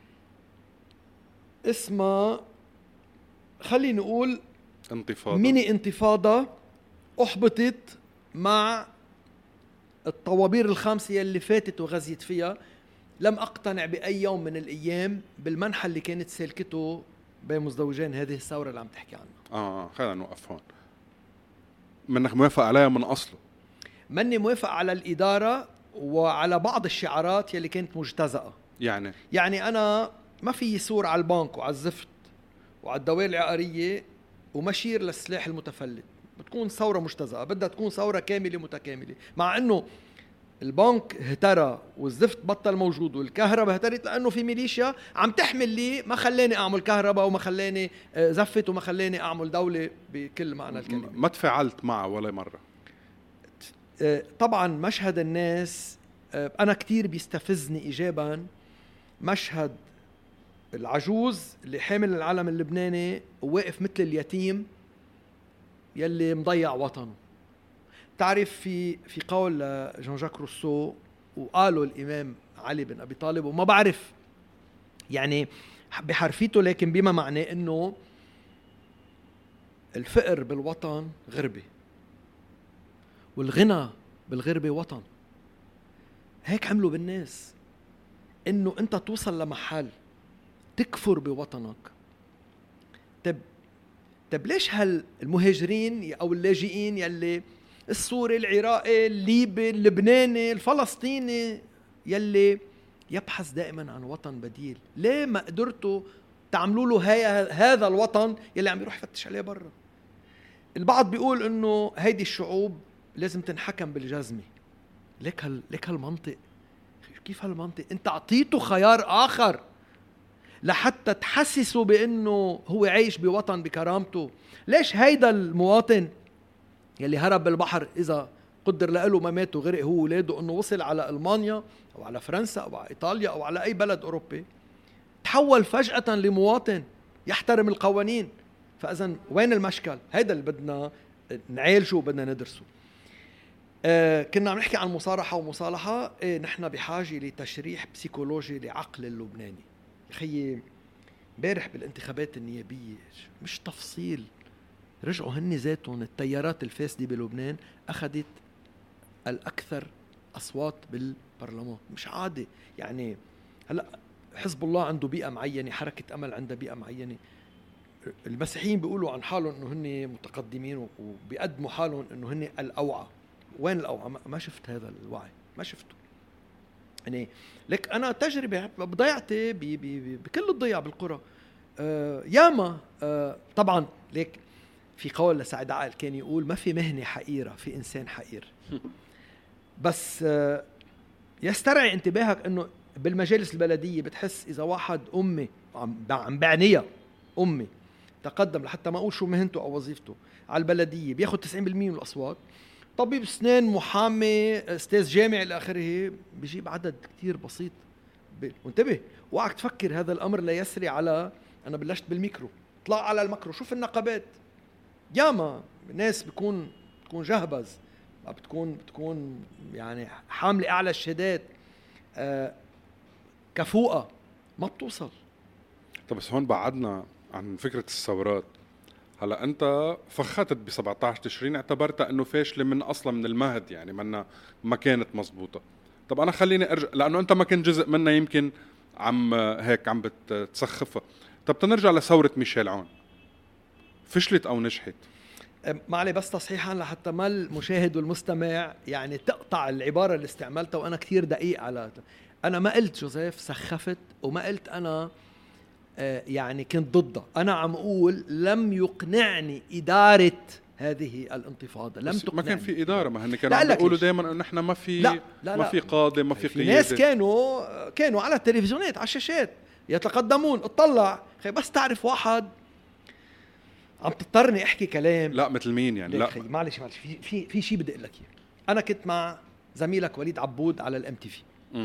اسمها خلينا نقول انتفاضة، ميني انتفاضة أحبطت مع الطوابير الخامسة اللي فاتت وغزيت فيها. لم أقتنع بأي يوم من الأيام بالمنحى اللي كانت سلكته بين مزدوجين هذه الثورة اللي عم تحكي عنها. آه خلينا نوقف هون. منك موافق عليها من أصله؟ مني موافق على الإدارة وعلى بعض الشعارات يلي كانت مجتزأة. يعني يعني أنا ما في يسور على البنك وعلى الزفت وعلى الدوائر العقارية ومشير للسلاح المتفلت. بتكون ثورة مجتزأة، بدها تكون ثورة كاملة متكاملة، مع أنه البنك اهترى والزفت بطل موجود والكهرباء اهترت لأنه في ميليشيا عم تحمل لي ما خلاني أعمل كهرباء وما خلاني زفت وما خلاني أعمل دولة بكل معنى الكلمة. ما تفاعلت معه ولا مرة؟ طبعا مشهد الناس أنا كتير بيستفزني إيجابا، مشهد العجوز اللي حامل العلم اللبناني وواقف مثل اليتيم يلي مضيع وطنه. تعرف في في قول جان جاك روسو وقالوا الإمام علي بن أبي طالب، وما بعرف يعني بحرفيته لكن بما معناه إنه الفقر بالوطن غربة والغنى بالغربة وطن. هيك عملوا بالناس، إنه أنت توصل لمحل تكفر بوطنك. طب طب ليش هالمهاجرين أو اللاجئين يلي السوري العراقي الليبي اللبناني الفلسطيني يلي يبحث دائما عن وطن بديل، ليه ما قدرتوا تعملوا له هذا الوطن يلي عم يروح يفتش عليه برا؟ البعض بيقول انه هيدي الشعوب لازم تنحكم بالجزمة. ليك هال ليك هالمنطق؟ كيف هالمنطق؟ انت اعطيته خيار اخر لحتى تحسسه بانه هو عايش بوطن بكرامته. ليش هيدا المواطن يلي هرب بالبحر إذا قدر له ما مات وغرق هو ولاده أنه وصل على ألمانيا أو على فرنسا أو على إيطاليا أو على أي بلد أوروبي، تحول فجأة لمواطن يحترم القوانين؟ فإذن وين المشكل؟ هيدا اللي بدنا نعالجه وبدنا ندرسه. آه كنا عم نحكي عن مصارحة ومصالحة. إيه نحن بحاجة لتشريح بسيكولوجي لعقل اللبناني. خيي بارح بالانتخابات النيابية مش تفصيل، رجعوا هن ذاتهم التيارات الفاسدة بلبنان أخذت الأكثر أصوات بالبرلمان. مش عادي يعني. هلأ حزب الله عنده بيئة معينة، حركة أمل عندها بيئة معينة. المسيحيين بيقولوا عن حالهم أنه هن متقدمين وبيقدموا حالهم أنه هن الأوعى. وين الأوعى؟ ما شفت هذا الوعي، ما شفته يعني. لك أنا تجربة بضيعتي بكل الضياع بالقرى. آه ياما آه طبعا ليك في قول لسعد عقل كان يقول ما في مهنة حقيرة، في إنسان حقير. بس يسترعي انتباهك أنه بالمجالس البلدية بتحس إذا واحد أمي عم بعنية أمي تقدم لحتى ما أقول شو مهنته أو وظيفته على البلدية بياخد تسعين بالمية من الأصوات. طبيب أسنان، محامي، أستاذ جامعي إلى آخره بيجيب عدد كتير بسيط. وانتبه وعك تفكر هذا الأمر لا يسري على أنا بلشت بالميكرو، طلع على المكرو، شوف النقابات ياما ناس بيكون بتكون جهبز، بتكون بتكون يعني حاملة أعلى الشهادات، آه كفوقة، ما بتوصل. طب بس هون بعدنا عن فكرة الثورات. هلا أنت فخطت ب سبعة عشر تشرين اعتبرتها إنه فاشلة من أصلا من المهد، يعني منا ما كانت مزبوطة. طب أنا خليني أرجع لأنه أنت ما كنت جزء منها، يمكن عم هيك عم بتسخفها. طب تنرجع لثورة ميشيل عون، فشلت أو نجحت؟ ما علي بس تصحيحا لحتى ما المشاهد والمستمع يعني تقطع العبارة اللي استعملتها وأنا كتير دقيق على. أنا ما قلت جوزيف سخفت وما قلت أنا يعني كنت ضده. أنا عم أقول لم يقنعني إدارة هذه الانتفاضة، لم تقنعني. ما كان في إدارة، ما هن كانوا عم يقولوا دائما إنه نحن ما في لا لا ما في قادة، ما في قيادة. ناس كانوا كانوا على التلفزيونات على الشاشات يتقدمون. اطلع خي بس تعرف واحد عم تضطرني احكي كلام. لا مثل مين يعني؟ لا معلش معلش في في في شيء بدي اقول لك اياه. انا كنت مع زميلك وليد عبود على الام تي في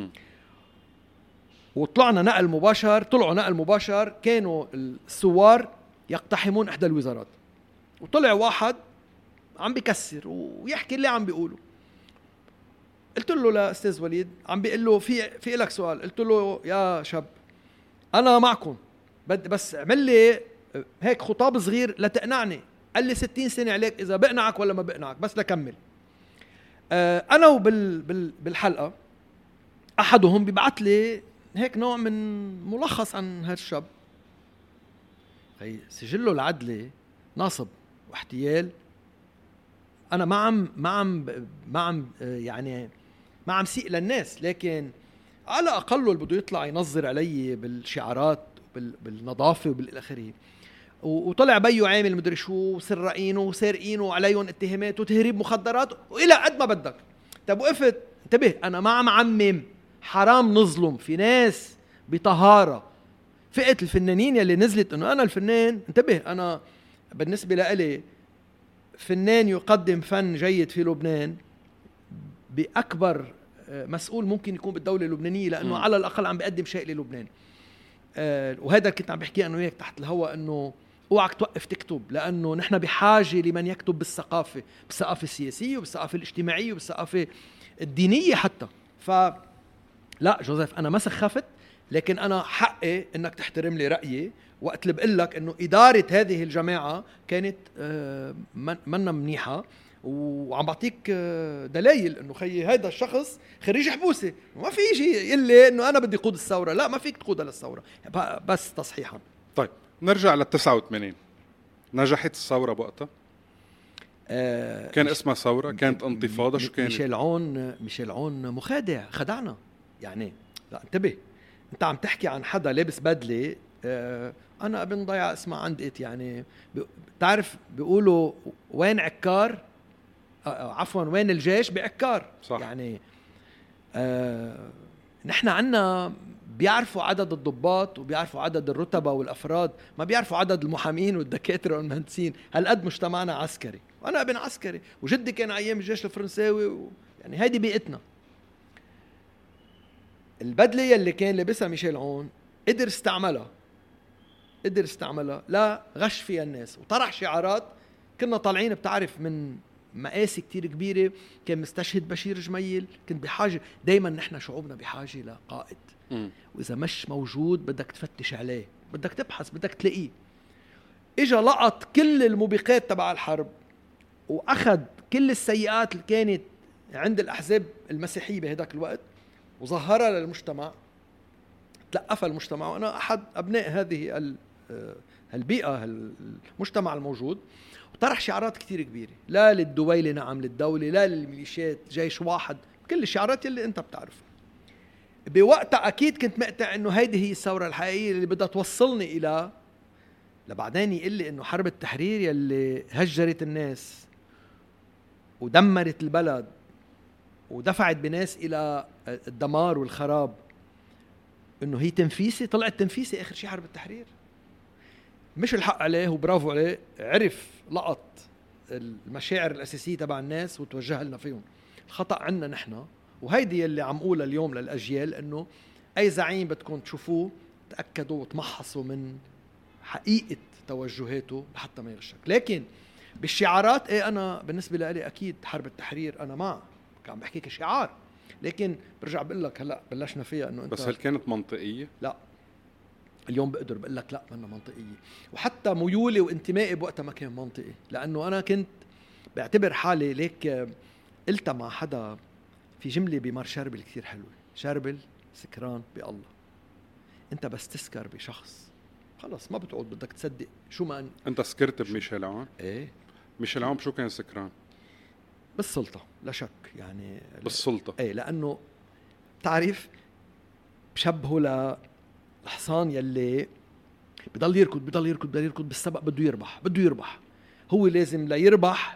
وطلعنا نقل مباشر. طلعوا نقل مباشر كانوا الثوار يقتحمون احدى الوزارات، وطلع واحد عم بيكسر ويحكي اللي عم بيقوله. قلت له لاستاذ وليد عم بيقول له في في لك سؤال. قلت له يا شاب انا معكم، بدي بس اعمل لي هيك خطاب صغير لتقنعني. قال لي ستين سنة عليك إذا بقنعك ولا ما بقنعك، بس لكمل. آه أنا وبال بال بالحلقة أحدهم بيبعت لي هيك نوع من ملخص عن هذا الشاب. سجله العدلي نصب واحتيال. أنا ما عم ما عم ما عم يعني ما عم سيء للناس، لكن على أقله اللي بده يطلع ينظر علي بالشعارات بالنظافة وبالآخره، وطلع بيو عامل مدري شو وسرقينه وسارقينه وعليهم اتهامات وتهريب مخدرات وإلى قد ما بدك. طب وقفت انتبه، أنا ما عم عمم، حرام نظلم في ناس بطهارة. فئة الفنانين يلي نزلت انه انا الفنان، انتبه، انا بالنسبة لإلي فنان يقدم فن جيد في لبنان بأكبر مسؤول ممكن يكون بالدولة اللبنانية، لأنه م. على الأقل عم بيقدم شيء للبنان. آه وهذا كنت عم بحكي أنه وياك تحت الهواء، أنه اوعك توقف تكتب، لأنه نحن بحاجة لمن يكتب بالثقافة، بالثقافة السياسية وبالثقافة الاجتماعية وبالثقافة الدينية حتى. فلا جوزيف، أنا ما سخفت، لكن أنا حقي أنك تحترم لي رأيي وقت اللي بقول لك أنه إدارة هذه الجماعة كانت آه منا منيحة، وعم بعطيك دلائل انه خيي هذا الشخص خريج حبوسه، ما في يجي يقول لي انه انا بدي قود الثوره. لا، ما فيك تقودها للثوره، بس تصحيحا. طيب نرجع لل تسعة وثمانين. نجحت الثوره بوقتها؟ آه كان اسمها ثوره؟ كانت انتفاضه؟ شو كانت؟ ميشيل عون ميشيل عون مخادع، خدعنا يعني. لا انتبه، انت عم تحكي عن حدا لابس بدله. آه انا ابن ضيعه اسمع عندقت يعني. بتعرف بيقولوا وين عكار، عفوا وين الجيش بعكار. صح. يعني آه نحن عنا بيعرفوا عدد الضباط وبيعرفوا عدد الرتبة والأفراد، ما بيعرفوا عدد المحامين والدكاترة والمهندسين. هالقد مجتمعنا عسكري، وأنا ابن عسكري وجدي كان أيام الجيش الفرنساوي و... يعني هيدي بيئتنا. البدلة يلي كان لابسها ميشيل عون قدر استعملها قدر استعملها لا غش فيها الناس وطرح شعارات. كنا طالعين بتعرف من مقاسي كتير كبيرة، كان مستشهد بشير جميل. كنت بحاجة دايما، نحن شعوبنا بحاجة لقائد، م. وإذا مش موجود بدك تفتش عليه، بدك تبحث، بدك تلاقيه. إجا لقط كل الموبقات تبع الحرب وأخذ كل السيئات اللي كانت عند الأحزاب المسيحية بهداك الوقت وظهرها للمجتمع، تلقفها المجتمع. وأنا أحد أبناء هذه البيئة، المجتمع الموجود. وطرح شعارات كتير كبيرة، لا للدويلة نعم للدولة، لا للميليشيات جيش واحد، كل الشعارات اللي انت بتعرفها. بوقتها أكيد كنت مقتنع إنه هيدي هي الثورة الحقيقية اللي بدها توصلني إلى، لبعدين يقول لي إنه حرب التحرير يلي هجرت الناس ودمرت البلد ودفعت بناس إلى الدمار والخراب، إنه هي تنفيسي. طلعت تنفيسي آخر شيء حرب التحرير. مش الحق عليه وبرافو عليه، عرف لقط المشاعر الأساسية تبع الناس وتوجه لنا فيهم. الخطأ عنا نحن، وهيدي اللي عم قولها اليوم للأجيال، إنه أي زعيم بدكم تشوفوه تأكدوا وتمحصوا من حقيقة توجهاته لحتى ما يغشك. لكن بالشعارات إيه، أنا بالنسبة لي أكيد حرب التحرير أنا ما كان بحكي كشعار، لكن برجع بقول لك هلأ بلشنا فيها إنه أنت بس هل كانت منطقية؟ لا، اليوم بقدر بقول لك لا منها منطقية. وحتى ميولي وانتمائي بوقتها ما كان منطقي، لأنه أنا كنت بعتبر حالي ليك. قلت مع حدا في جملة بمار شربل كثير حلوة، شربل سكران بالله. أنت بس تسكر بشخص خلص ما بتعود بدك تصدق شو ما أن... أنت سكرت بميشيل عون؟ إيه ميشيل عون شو كان سكران؟ بالسلطة لا شك يعني. بالسلطة إيه، لأنه تعرف بشبهه ل الحصان يلي بضل يركض بضل يركض بضل يركض بالسبق، بده يربح بده يربح هو لازم لا يربح،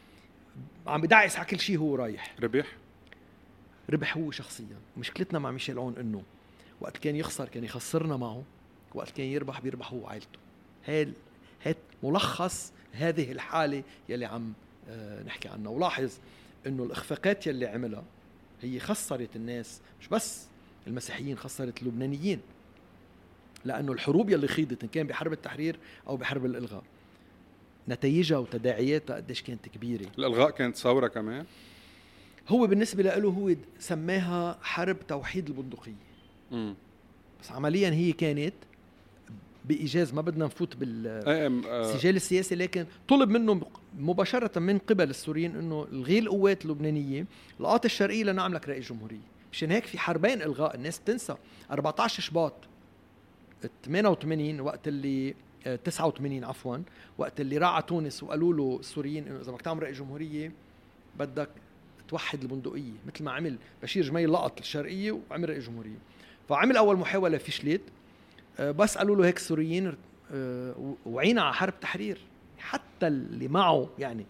عم بدعس على كل شيء. هو رايح ربح ربح هو شخصيا. مشكلتنا مع ميشيل عون انه وقت كان يخسر كان يخسرنا معه، وقت كان يربح بيربح هو وعائلته. هاد هاد ملخص هذه الحالة يلي عم آه نحكي عنها. ولاحظ انه الاخفاقات يلي عملها هي خسرت الناس، مش بس المسيحيين، خسرت اللبنانيين. لأنه الحروب يلي خيضت إن كان بحرب التحرير أو بحرب الإلغاء نتائجها وتداعياتها قديش كانت كبيرة. الإلغاء كانت ثورة كمان. هو بالنسبة له هو سماها حرب توحيد البندقية. م. بس عمليا هي كانت بإيجاز، ما بدنا نفوت بالسجال السياسي، لكن طلب منه مباشرة من قبل السوريين إنه الغي القوات اللبنانية القاطع الشرقية لنعمل لك رئيس جمهورية. مشان هيك في حربين إلغاء. الناس بتنسى أربعة عشر شباط ثمانية وثمانين، وقت اللي تسعة وثمانين عفوا، وقت اللي راح تونس وقالوا له السوريين انه اذا بدك تعمل رئيس جمهوريه بدك توحد البندقية مثل ما عمل بشير جميل لقط الشرقية وعمل رئيس جمهورية. فعمل أول محاولة فشلت، بس قالوا له هيك السوريين وعينا على حرب تحرير. حتى اللي معه يعني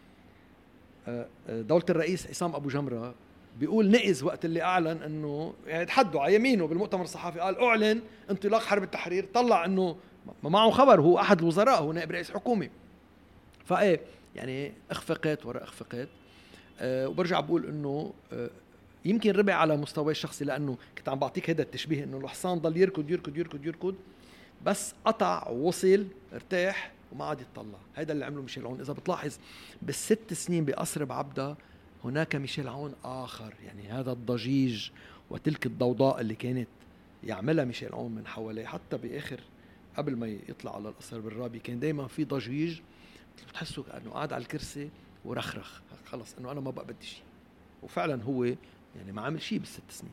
دولة الرئيس عصام أبو جمرة بيقول نقز وقت اللي أعلن أنه يعني تحدوا على يمينه بالمؤتمر الصحفي، قال أعلن انطلاق حرب التحرير، طلع أنه ما معه خبر، هو أحد الوزراء، هو نائب رئيس حكومة. فإيه يعني اخفقت وراء اخفقت. أه وبرجع بقول أنه أه يمكن ربع على مستوى الشخصي، لأنه كنت عم بعطيك هذا التشبيه أنه الحصان ضل يركض يركض يركض يركض بس قطع ووصل ارتاح وما عاد يتطلع. هذا اللي عمله ميشيل عون. إذا بتلاحظ بالست سنين بقصر بعبدة هناك ميشيل عون آخر، يعني هذا الضجيج وتلك الضوضاء اللي كانت يعملها ميشيل عون من حواليه، حتى بآخر قبل ما يطلع على القصر بالرابي كان دايما في ضجيج بتحسه كأنه قاعد على الكرسي ورخرخ خلص أنه أنا ما بقى بدي شيء. وفعلا هو يعني ما عمل شيء بالست سنين.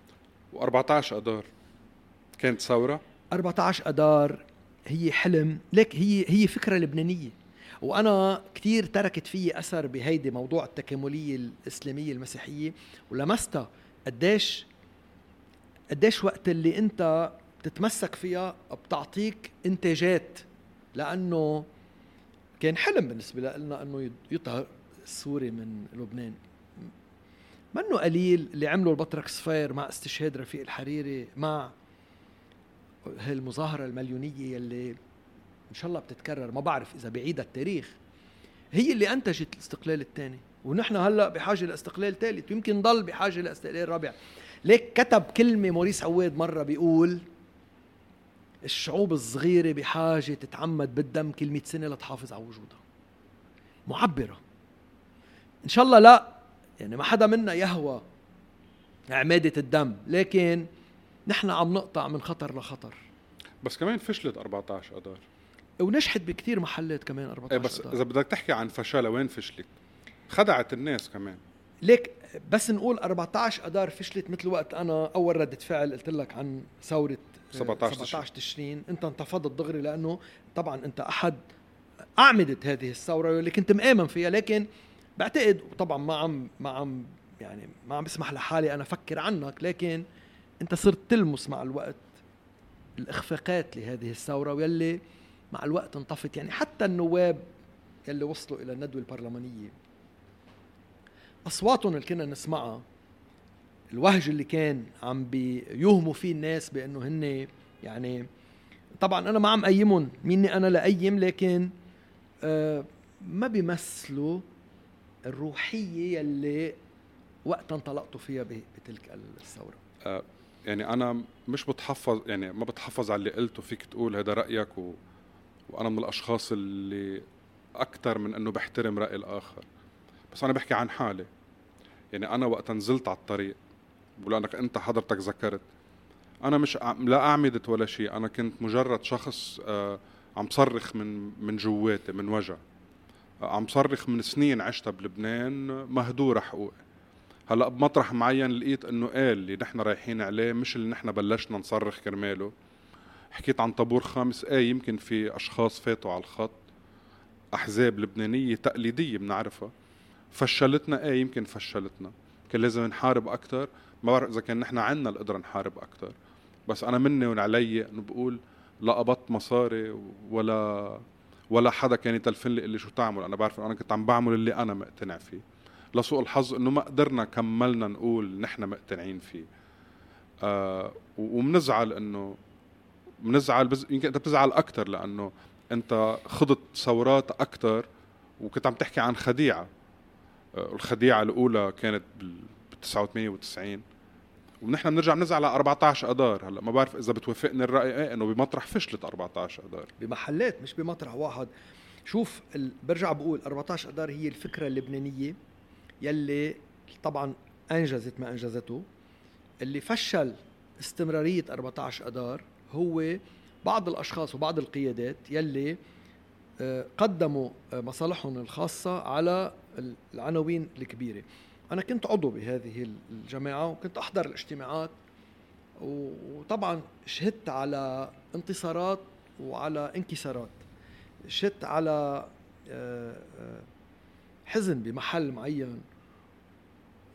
و14 أدار كانت ثورة. أربعة عشر أدار هي حلم، لك هي هي فكرة لبنانية، وأنا كتير تركت فيي أثر بهيدي موضوع التكاملية الإسلامية المسيحية، ولمستها قديش قديش وقت اللي أنت تتمسك فيها بتعطيك إنتاجات. لأنه كان حلم بالنسبة لنا أنه يطهر السوري من لبنان. منه قليل اللي عملوا البطرك صفير مع استشهاد رفيق الحريري، مع هالمظاهرة المليونية اللي إن شاء الله بتتكرر، ما بعرف إذا بعيد التاريخ، هي اللي أنتجت الاستقلال الثاني. ونحن هلأ بحاجة لاستقلال ثالث، ويمكن نضل بحاجة لاستقلال رابع. ليك كتب كلمة موريس عواد مرة بيقول الشعوب الصغيرة بحاجة تتعمد بالدم كل مئة سنة لتحافظ على وجودها. معبرة إن شاء الله. لا يعني ما حدا منا يهوى عمادة الدم، لكن نحن عم نقطع من خطر لخطر. بس كمان فشلت أربعة عشر أدار ونجحت بكتير محلات كمان أربعة عشر ايه. بس أدار. إذا بدك تحكي عن فشلها وين فشلت؟ خدعت الناس كمان. ليك بس نقول أربعة عشر أدار فشلت مثل وقت أنا أول ردة فعل قلت لك عن ثورة سبعة عشر تشرين. أنت انتفضت دغري لأنه طبعا أنت أحد أعمدة هذه الثورة اللي كنت مآمن فيها، لكن بعتقد طبعا ما عم ما عم يعني ما عم بسمح لحالي أنا أفكر عنك، لكن أنت صرت تلمس مع الوقت الإخفاقات لهذه الثورة واللي مع الوقت انطفت. يعني حتى النواب يلي وصلوا إلى الندوة البرلمانية أصواتهم اللي كنا نسمعها، الوهج اللي كان عم بيوهموا فيه الناس بأنه هن يعني طبعا أنا ما عم أيمون ميني أنا لأيم، لكن آه ما بيمثلوا الروحية يلي وقتا انطلقتوا فيها بتلك الثورة. آه يعني أنا مش بتحفظ، يعني ما بتحفظ على اللي قلته، فيك تقول هذا رأيك و... وأنا من الأشخاص اللي أكتر من أنه بحترم رأي الآخر. بس أنا بحكي عن حالي. يعني أنا وقت نزلت على الطريق، ولأنك أنت حضرتك ذكرت، أنا مش لا أعمدت ولا شيء، أنا كنت مجرد شخص آه عم صرخ من من جواتي من وجع، آه عم صرخ من سنين عشتها بلبنان مهدورة حقوقي. هلأ بمطرح معين لقيت أنه قال اللي نحن رايحين عليه مش اللي نحن بلشنا نصرخ كرماله. حكيت عن طابور خامس، آه يمكن في أشخاص فاتوا على الخط، أحزاب لبنانية تقليدية بنعرفها، فشلتنا. آه يمكن فشلتنا، كان لازم نحارب أكتر. ما بعرف إذا كان نحن عنا القدرة نحارب أكتر، بس أنا مني وعلي إنه بقول لا قبضت مصاري ولا ولا حدا كان يتلفن لي اللي شو تعمل. أنا بعرف أنا كنت عم بعمل اللي أنا مقتنع فيه. لسوء الحظ إنه ما قدرنا كملنا نقول نحن مقتنعين فيه. آه ومنزعل إنه منزعل بز... يمكن أنت بتزعل أكتر لأنه أنت خضت ثورات أكتر وكنت عم تحكي عن خديعة. آه الخديعة الأولى كانت بال تسعة وثمانين وتسعين، ونحن بنرجع بنزعل على أربعة عشر أدار. هلا ما بعرف إذا بتوافقني الرأي إيه إنه بمطرح فشلت أربعة عشر أدار بمحلات مش بمطرح واحد. شوف ال... برجع بقول أربعة عشر أدار هي الفكرة اللبنانية يلي طبعا أنجزت ما أنجزته. اللي فشل استمرارية أربعة عشر أدار هو بعض الأشخاص وبعض القيادات يلي قدموا مصالحهم الخاصة على العناوين الكبيرة. أنا كنت عضو بهذه الجماعة وكنت أحضر الاجتماعات، وطبعا شهدت على انتصارات وعلى انكسارات. شهدت على حزن بمحل معين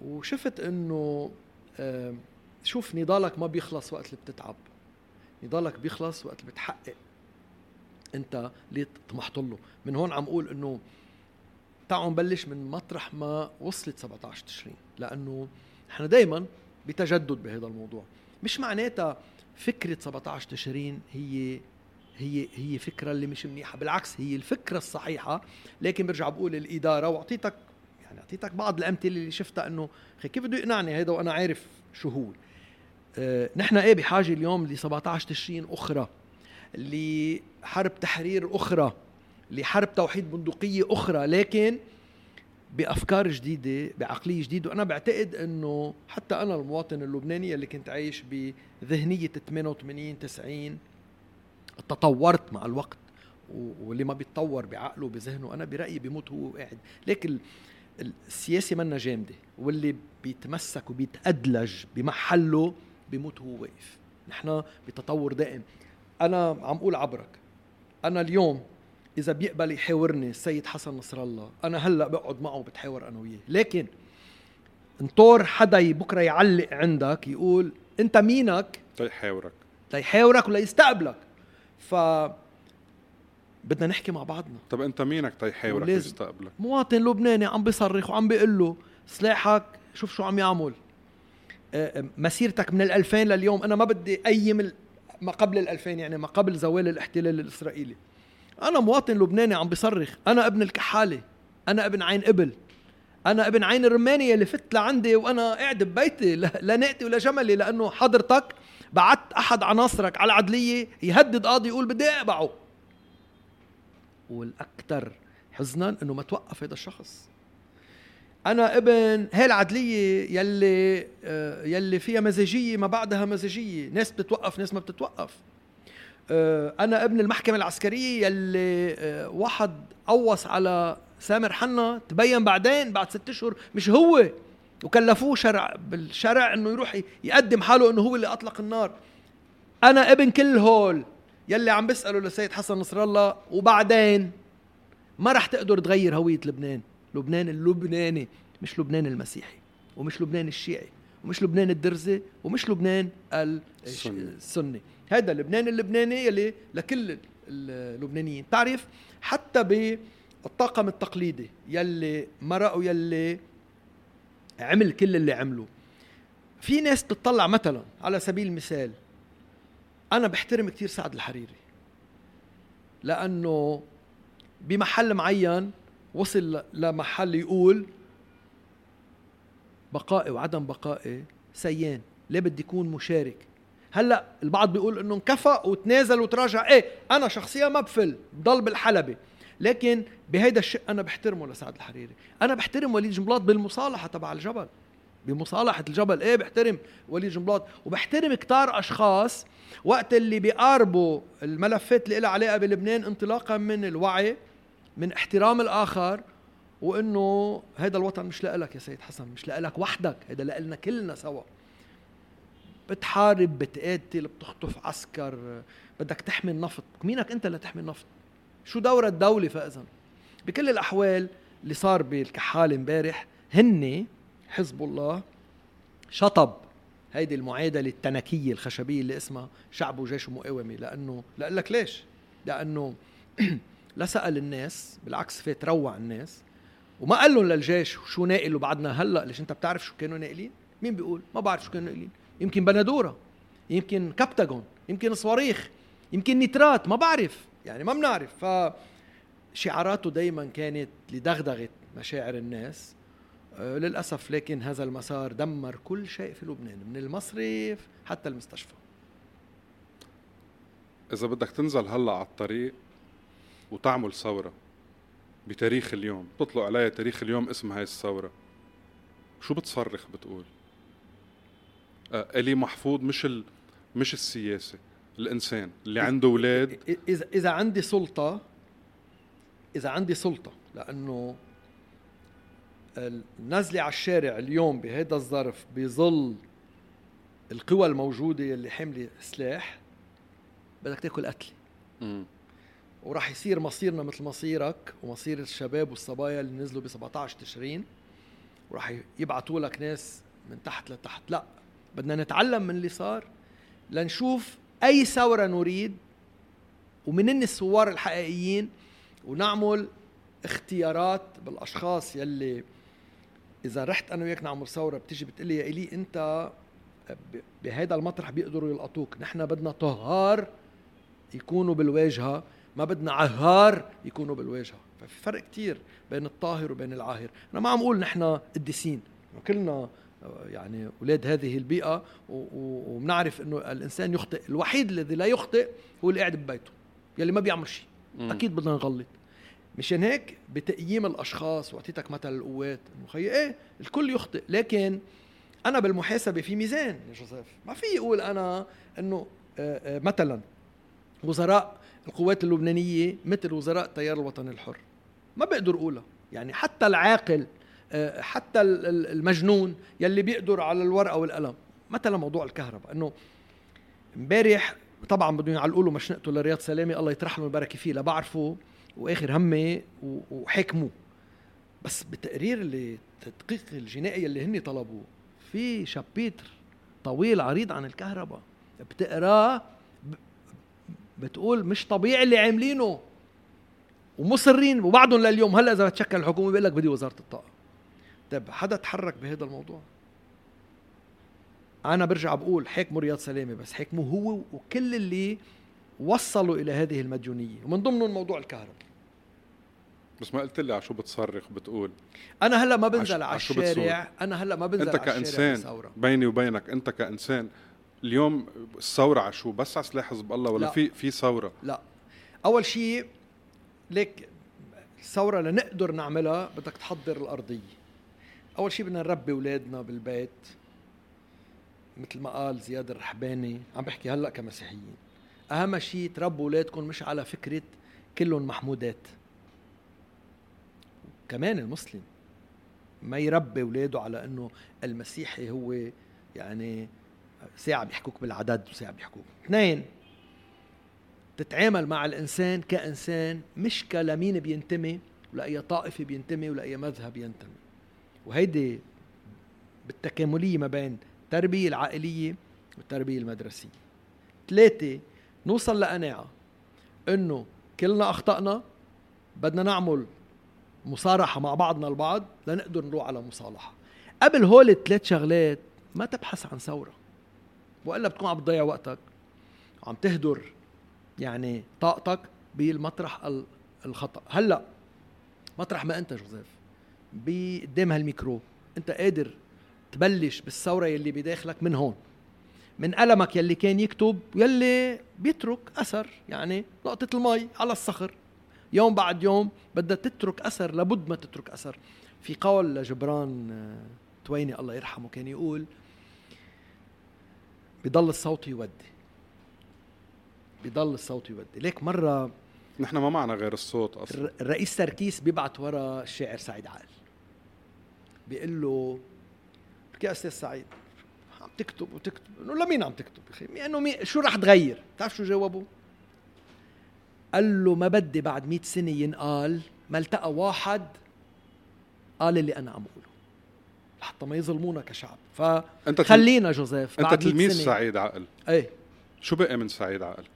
وشفت انه آه شوف نضالك ما بيخلص وقت اللي بتتعب، نضالك بيخلص وقت اللي بتحقق انت اللي طمحت له. من هون عم اقول انه تعالوا نبلش من مطرح ما وصلت سبعة عشر تشرين، لانه احنا دايما بتجدد بهذا الموضوع. مش معناتها فكرة سبعة عشر تشرين هي هي هي فكرة اللي مش منيحة، بالعكس هي الفكرة الصحيحة. لكن برجع بقول الإدارة، واعطيتك يعني اعطيتك بعض الأمثلة اللي شفتها انه كيف بده يقنعني هذا وانا عارف شو هو. اه نحن ايه بحاجة اليوم ل سبعة عشر تشرين اخرى، لحرب تحرير اخرى، لحرب توحيد بندقية اخرى، لكن بأفكار جديدة، بعقلية جديدة. وأنا بعتقد أنه حتى أنا المواطن اللبناني اللي كنت عايش بذهنية ثمانية وثمانين تسعين تطورت مع الوقت، واللي ما بيتطور بعقله بذهنه أنا برأيي بيموت هو قاعد. لكن السياسة منا جامدة، واللي بيتمسك وبيتأدلج بمحله بيموت هو واقف. نحن بتطور دائم. أنا عم أقول عبرك، أنا اليوم إذا بيقبل يحاورني السيد حسن نصر الله، أنا هلأ بقعد معه بتحاور أنا وياه. لكن انطور حدا بكرة يعلق عندك يقول أنت مينك تيحاورك تيحاورك ولا يستقبلك، ف بدنا نحكي مع بعضنا. طب أنت مينك تيحاورك ويستقبلك؟ مواطن لبناني عم بيصرخ وعم بيقول له سلاحك شوف شو عم يعمل، مسيرتك من الألفين لليوم. أنا ما بدي أيم ما قبل الألفين، يعني ما قبل زوال الاحتلال الإسرائيلي. أنا مواطن لبناني عم بيصرخ، أنا ابن الكحالة، أنا ابن عين إبل، أنا ابن عين الرمانية اللي فت لعندي وأنا قاعد ببيتي لا نقتي ولا جملي، لأنه حضرتك بعت أحد عناصرك على العدلية يهدد قاضي يقول بدي أقبعه. والأكثر حزنا أنه ما توقف هذا الشخص. أنا ابن هاي العدلية يلي يلي فيها مزاجية ما بعدها مزاجية، ناس بتتوقف ناس ما بتتوقف. أنا ابن المحكمة العسكرية يلي واحد قوص على سامر حنا تبين بعدين بعد ست أشهر مش هو، وكلفوه شرع بالشرع إنه يروح يقدم حاله إنه هو اللي أطلق النار. أنا ابن كل هول يلي عم بسأله للسيد حسن نصر الله، وبعدين ما رح تقدر تغير هوية لبنان. لبنان اللبناني، مش لبنان المسيحي، ومش لبنان الشيعي، ومش لبنان الدرزي، ومش لبنان السني. هذا لبنان اللبناني يلي لكل اللبنانيين. تعرف حتى بالطاقم التقليدي يلي مرقوا يلي عمل كل اللي عملوا، في ناس تطلع مثلا على سبيل المثال، أنا بحترم كتير سعد الحريري لأنه بمحل معين وصل لمحل يقول بقائي وعدم بقائي سيان، ليه بدي يكون مشارك. هلأ البعض بيقول انه انكفأ وتنازل وتراجع، ايه انا شخصيا ما بفل ضل بالحلبة، لكن بهيدا الشيء انا بحترمه لسعد الحريري. انا بحترم وليد جنبلاط بالمصالحة تبع الجبل، بمصالحة الجبل ايه بحترم وليد جنبلاط، وبحترم كتار اشخاص وقت اللي بيقاربوا الملفات اللي لها علاقة بلبنان انطلاقا من الوعي، من احترام الاخر، وانه هذا الوطن مش لإلك يا سيد حسن، مش لإلك وحدك، هذا لإلنا كلنا سوا. بتحارب، بتقاتل، بتخطف عسكر، بدك تحمي النفط، مينك انت اللي تحمي النفط؟ شو دور الدولة؟ فإذن بكل الأحوال اللي صار بالكحالة امبارح، هن حزب الله شطب هيدي المعادلة التنكية الخشبية اللي اسمها شعب وجيش ومقاومة. لأنه لأقلك ليش؟ لأنه لا سأل الناس، بالعكس فات روع الناس وما قال لهم للجيش شو ناقلوا بعدنا هلأ. ليش انت بتعرف شو كانوا ناقلين؟ مين بيقول؟ ما بعرف شو كانوا ناقلين. يمكن بندورة، يمكن كابتاغون، يمكن صواريخ، يمكن نيترات، ما بعرف، يعني ما بنعرف. فشعاراته دايما كانت لدغدغة مشاعر الناس أه للأسف. لكن هذا المسار دمر كل شيء في لبنان، من المصرف حتى المستشفى. إذا بدك تنزل هلأ على الطريق وتعمل ثورة بتاريخ اليوم، تطلق عليها تاريخ اليوم اسم هاي الثورة، شو بتصرخ بتقول؟ آه إلي محفوظ، مش ال... مش السياسة، الإنسان اللي عنده أولاد. إذا إذا عندي سلطة، إذا عندي سلطة، لأنه النزلة على الشارع اليوم بهذا الظرف بظل القوى الموجودة اللي حملة سلاح، بدك تاكل قتل. م. وراح يصير مصيرنا مثل مصيرك ومصير الشباب والصبايا اللي نزلوا ب سبعة عشر تشرين. وراح يبعثوا لك ناس من تحت لتحت. لا، بدنا نتعلم من اللي صار لنشوف أي ثورة نريد ومنن الثوار الحقيقيين، ونعمل اختيارات بالأشخاص يلي إذا رحت أنا وياك نعمل ثورة بتيجي بتقلي يا إلي أنت بهذا المطرح بيقدروا يلقطوك. نحن بدنا طهار يكونوا بالواجهة، ما بدنا عهار يكونوا بالواجهة. ففي فرق كتير بين الطاهر وبين العاهر. أنا ما عم أقول نحن قديسين، كلنا يعني أولاد هذه البيئة وبنعرف أنه الإنسان يخطئ. الوحيد الذي لا يخطئ هو اللي قاعد ببيته يلي ما بيعمل شيء. أكيد بدنا نغلط. مشان هيك بتقييم الأشخاص وعطيتك مثل القوات إنه خي إيه الكل يخطئ، لكن أنا بالمحاسبة في ميزان يا جوزيف. ما في يقول أنا إنه مثلا وزراء القوات اللبنانية مثل وزراء التيار الوطني الحر، ما بقدر أقولها. يعني حتى العاقل حتى المجنون يلي بيقدر على الورقة والقلم. مثلا موضوع الكهرباء، إنه امبارح طبعا بدهم يعلقوا له مشنقته لرياض سلامي الله يطرح له البركة فيه، لا بعرفه واخر همي وحكموا. بس بالتقرير اللي تدقيق الجنائي اللي هني طلبوه في شابيتر طويل عريض عن الكهرباء، بتقراه بتقول مش طبيعي اللي عاملينه ومصرين. وبعدهم لليوم هلا اذا بتشكل الحكومه بيقول لك بدي وزاره الطاقه. طيب حدا تحرك بهذا الموضوع؟ انا برجع بقول حكموا رياض سلامي، بس حكموا هو وكل اللي وصلوا إلى هذه المديونية، ومن ضمنهم موضوع الكهرباء. بس ما قلت لي عشو بتصرخ بتقول؟ أنا هلأ ما بنزل على الشارع. أنا هلأ ما بنزل أنت على الشارع كإنسان بيني وبينك، أنت كإنسان اليوم الثورة عشو بس على سلاح حزب الله ولا في في ثورة؟ لا، أول شيء ليك الثورة لنقدر نعملها بدك تحضر الأرضية. أول شيء بدنا نربي أولادنا بالبيت مثل ما قال زياد الرحباني. عم بحكي هلأ كمسيحيين، أهم شيء تربوا أولادكم مش على فكرة كلهم محمودات. كمان المسلم ما يربي أولاده على أنه المسيحي هو يعني ساعة بيحكوك بالعدد وساعة بيحكوك. اثنين، تتعامل مع الإنسان كإنسان مش كلمين بينتمي ولا أي طائفة بينتمي ولا أي مذهب ينتمي. وهيدي بالتكاملية ما بين التربية العائلية والتربية المدرسية. ثلاثة، نوصل لقناعة انه كلنا اخطأنا، بدنا نعمل مصارحة مع بعضنا البعض لنقدر نروح على مصالحة. قبل هول الثلاث شغلات ما تبحث عن ثورة، وإلا بتكون عم تضيع وقتك وعم تهدر يعني طاقتك بالمطرح الخطأ. هلأ مطرح ما انت جوزيف بقدام هالميكرو انت قادر تبلش بالثورة يلي بداخلك من هون، من قلمك يلي كان يكتب يلي بيترك أثر. يعني نقطة المي على الصخر يوم بعد يوم بدها تترك أثر، لابد ما تترك أثر. في قول جبران تويني الله يرحمه كان يقول بيضل الصوت يودي، بيضل الصوت يودي. ليك مرة نحن ما معنا غير الصوت أصلا. الرئيس سركيس بيبعت ورا الشاعر سعيد عقل بيقول له يا أستاذ سعيد عم تكتب وتكتب، إنه لمين عم تكتب يا أخي؟ إنه مي... شو رح تغير؟ تعرف شو جاوبه؟ قال له ما بدي بعد مئة سنة ينقال ما التقى واحد قال اللي أنا عم أقوله حتى ما يظلمونا كشعب. فخلينا جوزيف أنت تلميذ سعيد عقل. أي شو بقى من سعيد عقل؟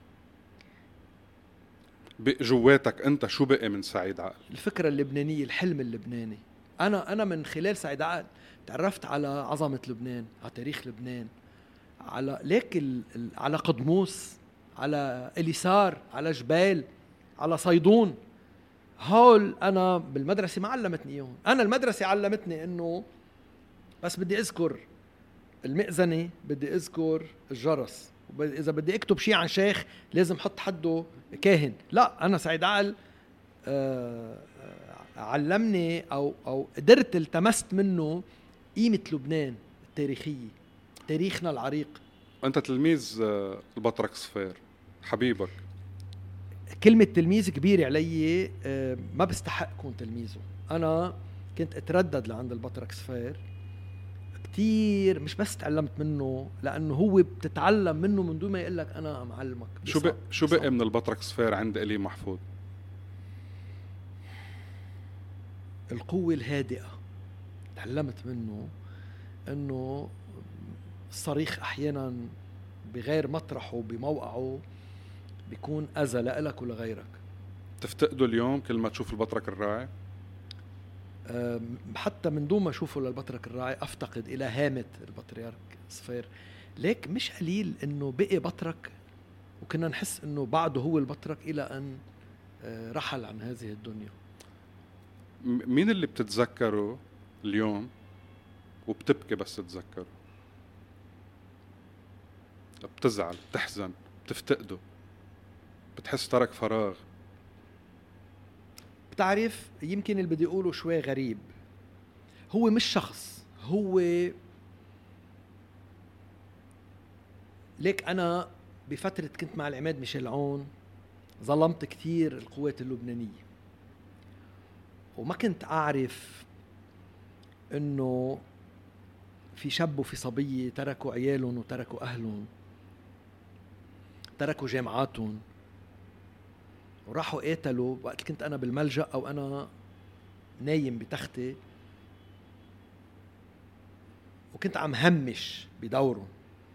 جواتك أنت شو بقى من سعيد عقل؟ الفكرة اللبنانية، الحلم اللبناني. أنا أنا من خلال سعيد عقل تعرفت على عظمة لبنان، على تاريخ لبنان، على ليك ال... على قدموس، على إليسار، على جبال، على صيدون. هول أنا بالمدرسة ما علمتني إياهم. أنا المدرسة علمتني إنه بس بدي أذكر المئذنة، بدي أذكر الجرس، إذا بدي أكتب شيء عن شيخ لازم حط حده كاهن. لا، أنا سعيد عقل آه علمني أو أو قدرت التمست منه قيمة لبنان التاريخية، تاريخنا العريق. أنت تلميذ البطرك صفير حبيبك. كلمة تلميذ كبيرة علي، ما بستحق كون تلميذه. أنا كنت أتردد لعند البطرك صفير كتير، مش بس تعلمت منه لأنه هو بتتعلم منه من دون ما يقول لك أنا معلمك. شو بقى شو بقى من البطرك صفير عند إلي محفوظ؟ القوة الهادئة تعلمت منه انه الصريخ احيانا بغير مطرحه بموقعه بيكون اذى لك ولغيرك. تفتقده اليوم كل ما تشوف البطرك الراعي؟ حتى من دون ما اشوفه للبطرك الراعي افتقد الى هامة البطريرك صفير. ليك مش قليل انه بقي بطرك وكنا نحس انه بعده هو البطرك الى ان رحل عن هذه الدنيا. مين اللي بتتذكره اليوم وبتبكي بس تتذكره؟ بتزعل، بتحزن، بتفتقده، بتحس ترك فراغ؟ بتعرف يمكن اللي بدي اقوله شوي غريب، هو مش شخص، هو ليك انا بفترة كنت مع العماد ميشيل عون ظلمت كتير القوات اللبنانية وما كنت أعرف إنه في شاب وفي صبية تركوا عيالهم وتركوا أهلهم، تركوا جامعاتهم وراحوا قاتلوا وقت كنت أنا بالملجأ أو أنا نايم بتختي وكنت عم همش بدورهم.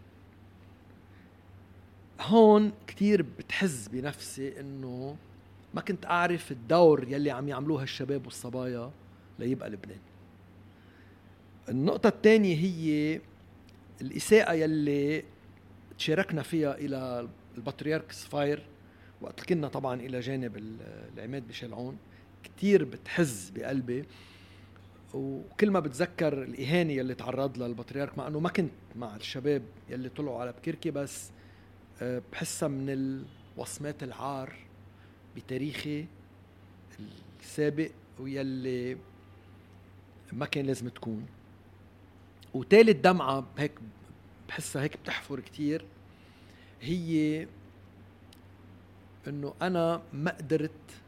هون كتير بتحز بنفسي إنه ما كنت أعرف الدور يلي عم يعملوها الشباب والصبايا ليبقى لبنان. النقطة الثانية هي الإساءة يلي تشاركنا فيها إلى البطريرك صفير وقت كنا طبعا إلى جانب العماد ميشيل عون، كتير بتحز بقلبي. وكل ما بتذكر الإهانة يلي تعرض لها البطريرك، مع أنه ما كنت مع الشباب يلي طلعوا على بكركي، بس بحسها من الوصمات العار بتاريخي السابق ويلي ما كان لازم تكون. وثالث دمعة هيك بحسها هيك بتحفر كتير، هي انه انا ما قدرت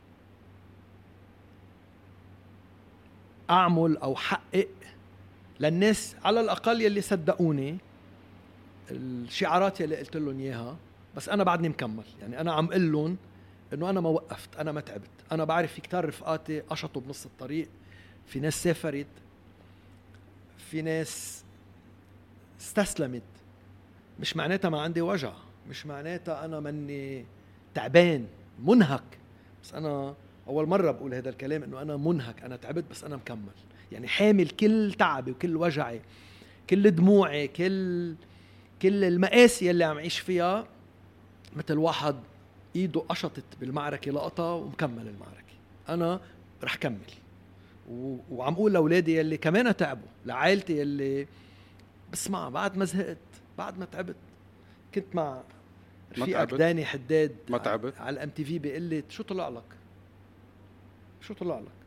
اعمل او حقق للناس على الاقل يلي صدقوني الشعارات يلي قلت لهم اياها، بس انا بعدني مكمل. يعني انا عم قل لهم انه انا ما وقفت، انا ما تعبت. انا بعرف في كتار رفقاتي قشطوا بنص الطريق، في ناس سافرت، في ناس استسلمت. مش معناتها ما عندي وجع، مش معناتها انا مني تعبان منهك، بس انا اول مرة بقول هذا الكلام انه انا منهك، انا تعبت بس انا مكمل. يعني حامل كل تعبي وكل وجعي، كل دموعي، كل كل المقاسي اللي عم عيش فيها، مثل واحد ايده قشطت بالمعركة لقطة ومكمل المعركة. انا رح كمل و... وعم اقول لاولادي اللي كمان تعبوا، لعائلتي اللي بسمع بعد ما زهقت، بعد ما تعبت. كنت مع رفيقك داني حداد ما تعبت على الام تي في، بيقول لي شو طلع لك، شو طلع لك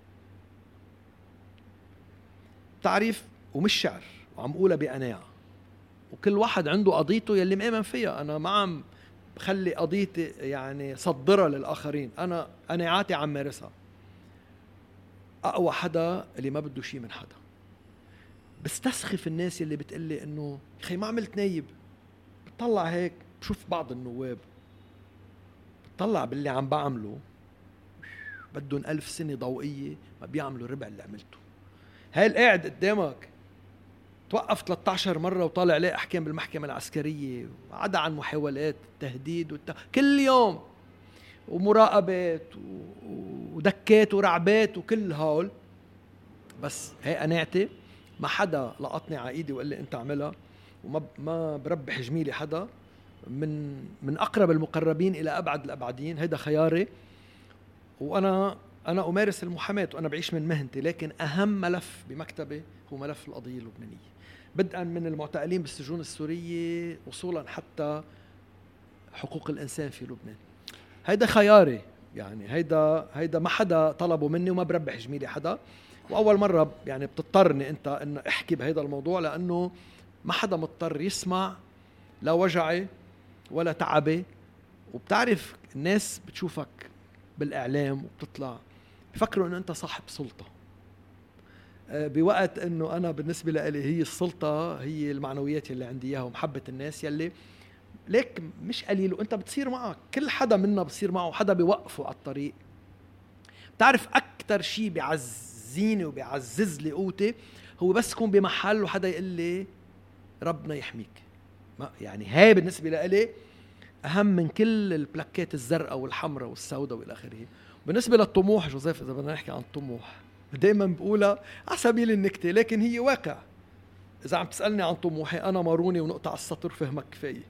تعريف ومش شعر، وعم قولها بقناعة. وكل واحد عنده قضيته يلي مآمن فيها. انا ما عم بخلي قضيتي يعني صدرها للآخرين، أنا قناعاتي عم مارسها. أقوى حدا اللي ما بده شيء من حدا. بستسخف الناس اللي بتقلي إنه خي ما عملت نايب. بتطلع هيك بشوف بعض النواب، بتطلع باللي عم بعمله بدهم ألف سنة ضوئية ما بيعملوا ربع اللي عملته. هاي القاعد قدامك توقف ثلاثة عشر مرة وطالع عليه أحكام بالمحكمة العسكرية، وعدا عن محاولات التهديد والت... كل يوم ومراقبات ودكات ورعبات وكل هول. بس هي قناعتي، ما حدا لقطني على ايدي وقال لي انت اعملها، وما ما بربح جميلي حدا من من اقرب المقربين الى ابعد الابعدين. هيدا خياري، وانا انا امارس المحاماه وانا بعيش من مهنتي. لكن اهم ملف بمكتبي هو ملف القضيه اللبنانيه، بدءا من المعتقلين بالسجون السوريه وصولا حتى حقوق الانسان في لبنان. هيدا خياري، يعني هيدا هيدا ما حدا طلبه مني وما بربح جميلي حدا. واول مره يعني بتضطرني انت ان احكي بهيدا الموضوع، لانه ما حدا مضطر يسمع لا وجعي ولا تعبي. وبتعرف الناس بتشوفك بالاعلام وبتطلع بفكروا انه انت صاحب سلطه، بوقت انه انا بالنسبه لي هي السلطه هي المعنويات اللي عندي اياها ومحبه الناس يلي ليك مش قليل. وانت بتصير معك كل حدا منا بصير معه حدا بيوقفه على الطريق. بتعرف اكتر شيء بيعزيني وبيعزز لي قوتي هو بس يكون بمحل وحدا يقول لي ربنا يحميك. ما يعني هاي بالنسبة لي أهم من كل البلاكات الزرقاء والحمراء والسوداء والى آخره. بالنسبة للطموح جوزيف، إذا بدنا نحكي عن الطموح دائما بقولها على سبيل النكتة، لكن هي واقع. إذا عم تسألني عن طموحي أنا ماروني ونقطع السطر فهمك كفاية.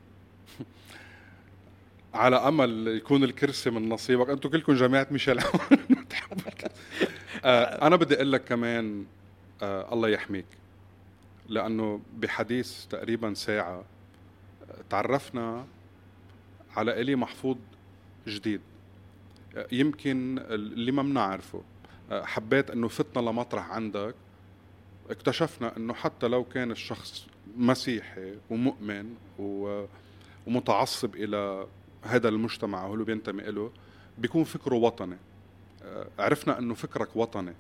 على أمل يكون الكرسي من نصيبك. أنتوا كلكم جماعة ميشيل عون. آه أنا بدي أقول لك كمان آه الله يحميك، لأنه بحديث تقريبا ساعة تعرفنا على إلي محفوظ جديد يمكن اللي ما بنعرفه. حبيت أنه فتنا لمطرح عندك، اكتشفنا أنه حتى لو كان الشخص مسيحي ومؤمن ومتعصب إلى هذا المجتمع وهو بينتمي له، بيكون فكره وطني. عرفنا أنه فكرك وطني،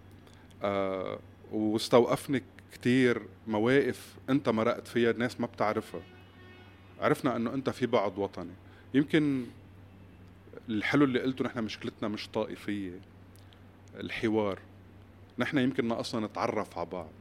واستوقفني كتير مواقف أنت مرقت فيها الناس ما بتعرفها. عرفنا أنه أنت في بعض وطني. يمكن الحلو اللي قلته، نحن مشكلتنا مش طائفية، الحوار. نحن يمكن ناقصنا نتعرف على بعض،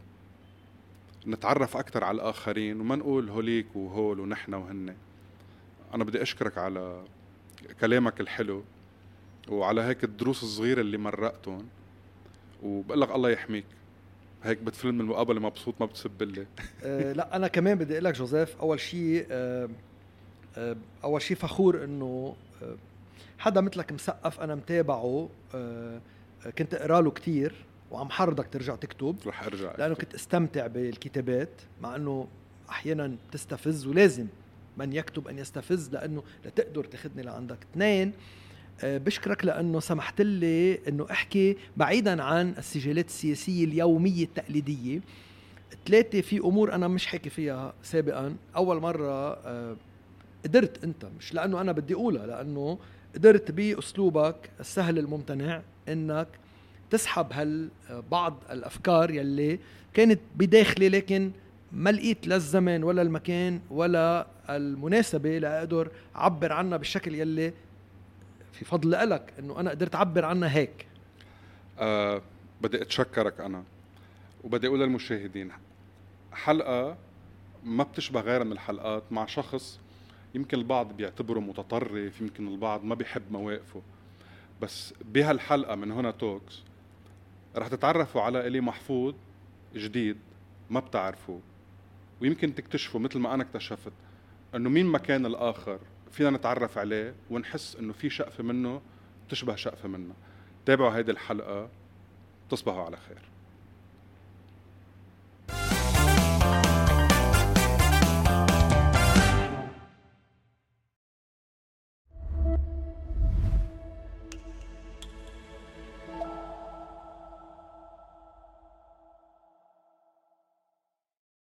نتعرف أكتر على الآخرين، وما نقول هوليك وهول ونحن وهن. أنا بدي أشكرك على كلامك الحلو وعلى هيك الدروس الصغيرة اللي مرقتهم، وبقول لك الله يحميك. هيك بتفلم المقابلة مبسوط ما بتسبلي. أه لا أنا كمان بدي أقول لك جوزيف، أول شيء أه أه أول شيء فخور إنه أه حدا مثلك مسقف أنا متابعه. أه كنت أقرأ له كتير وعم حرضك ترجع تكتب. رح أرجع لأنه كنت استمتع بالكتابات، مع أنه أحيانا تستفز، ولازم من يكتب أن يستفز لأنه لتقدر تاخدني لعندك. اثنين، أه بشكرك لأنه سمحت لي أنه أحكي بعيدا عن السجلات السياسية اليومية التقليدية. ثلاثة، في أمور أنا مش حكي فيها سابقا، أول مرة أه قدرت أنت، مش لأنه أنا بدي أقولها، لأنه قدرت بأسلوبك السهل الممتنع أنك تسحب هال بعض الأفكار يلي كانت بداخلي، لكن ما لقيت لا الزمن ولا المكان ولا المناسبة لأقدر أعبر عنها بالشكل يلي في فضل لك أنه أنا قدرت أعبر عنها هيك. أه بدي أتشكرك أنا، وبدي أقول للمشاهدين حلقة ما بتشبه غيرها من الحلقات مع شخص يمكن البعض بيعتبره متطرف، يمكن البعض ما بيحب مواقفه، بس بهالحلقة من هنا توكس رح تتعرفوا على إلي محفوظ جديد ما بتعرفوه، ويمكن تكتشفوا مثل ما أنا اكتشفت أنه مين مكان الآخر فينا نتعرف عليه ونحس أنه في شقفة منه تشبه شقفة منه. تابعوا هيدي الحلقة، تصبحوا على خير.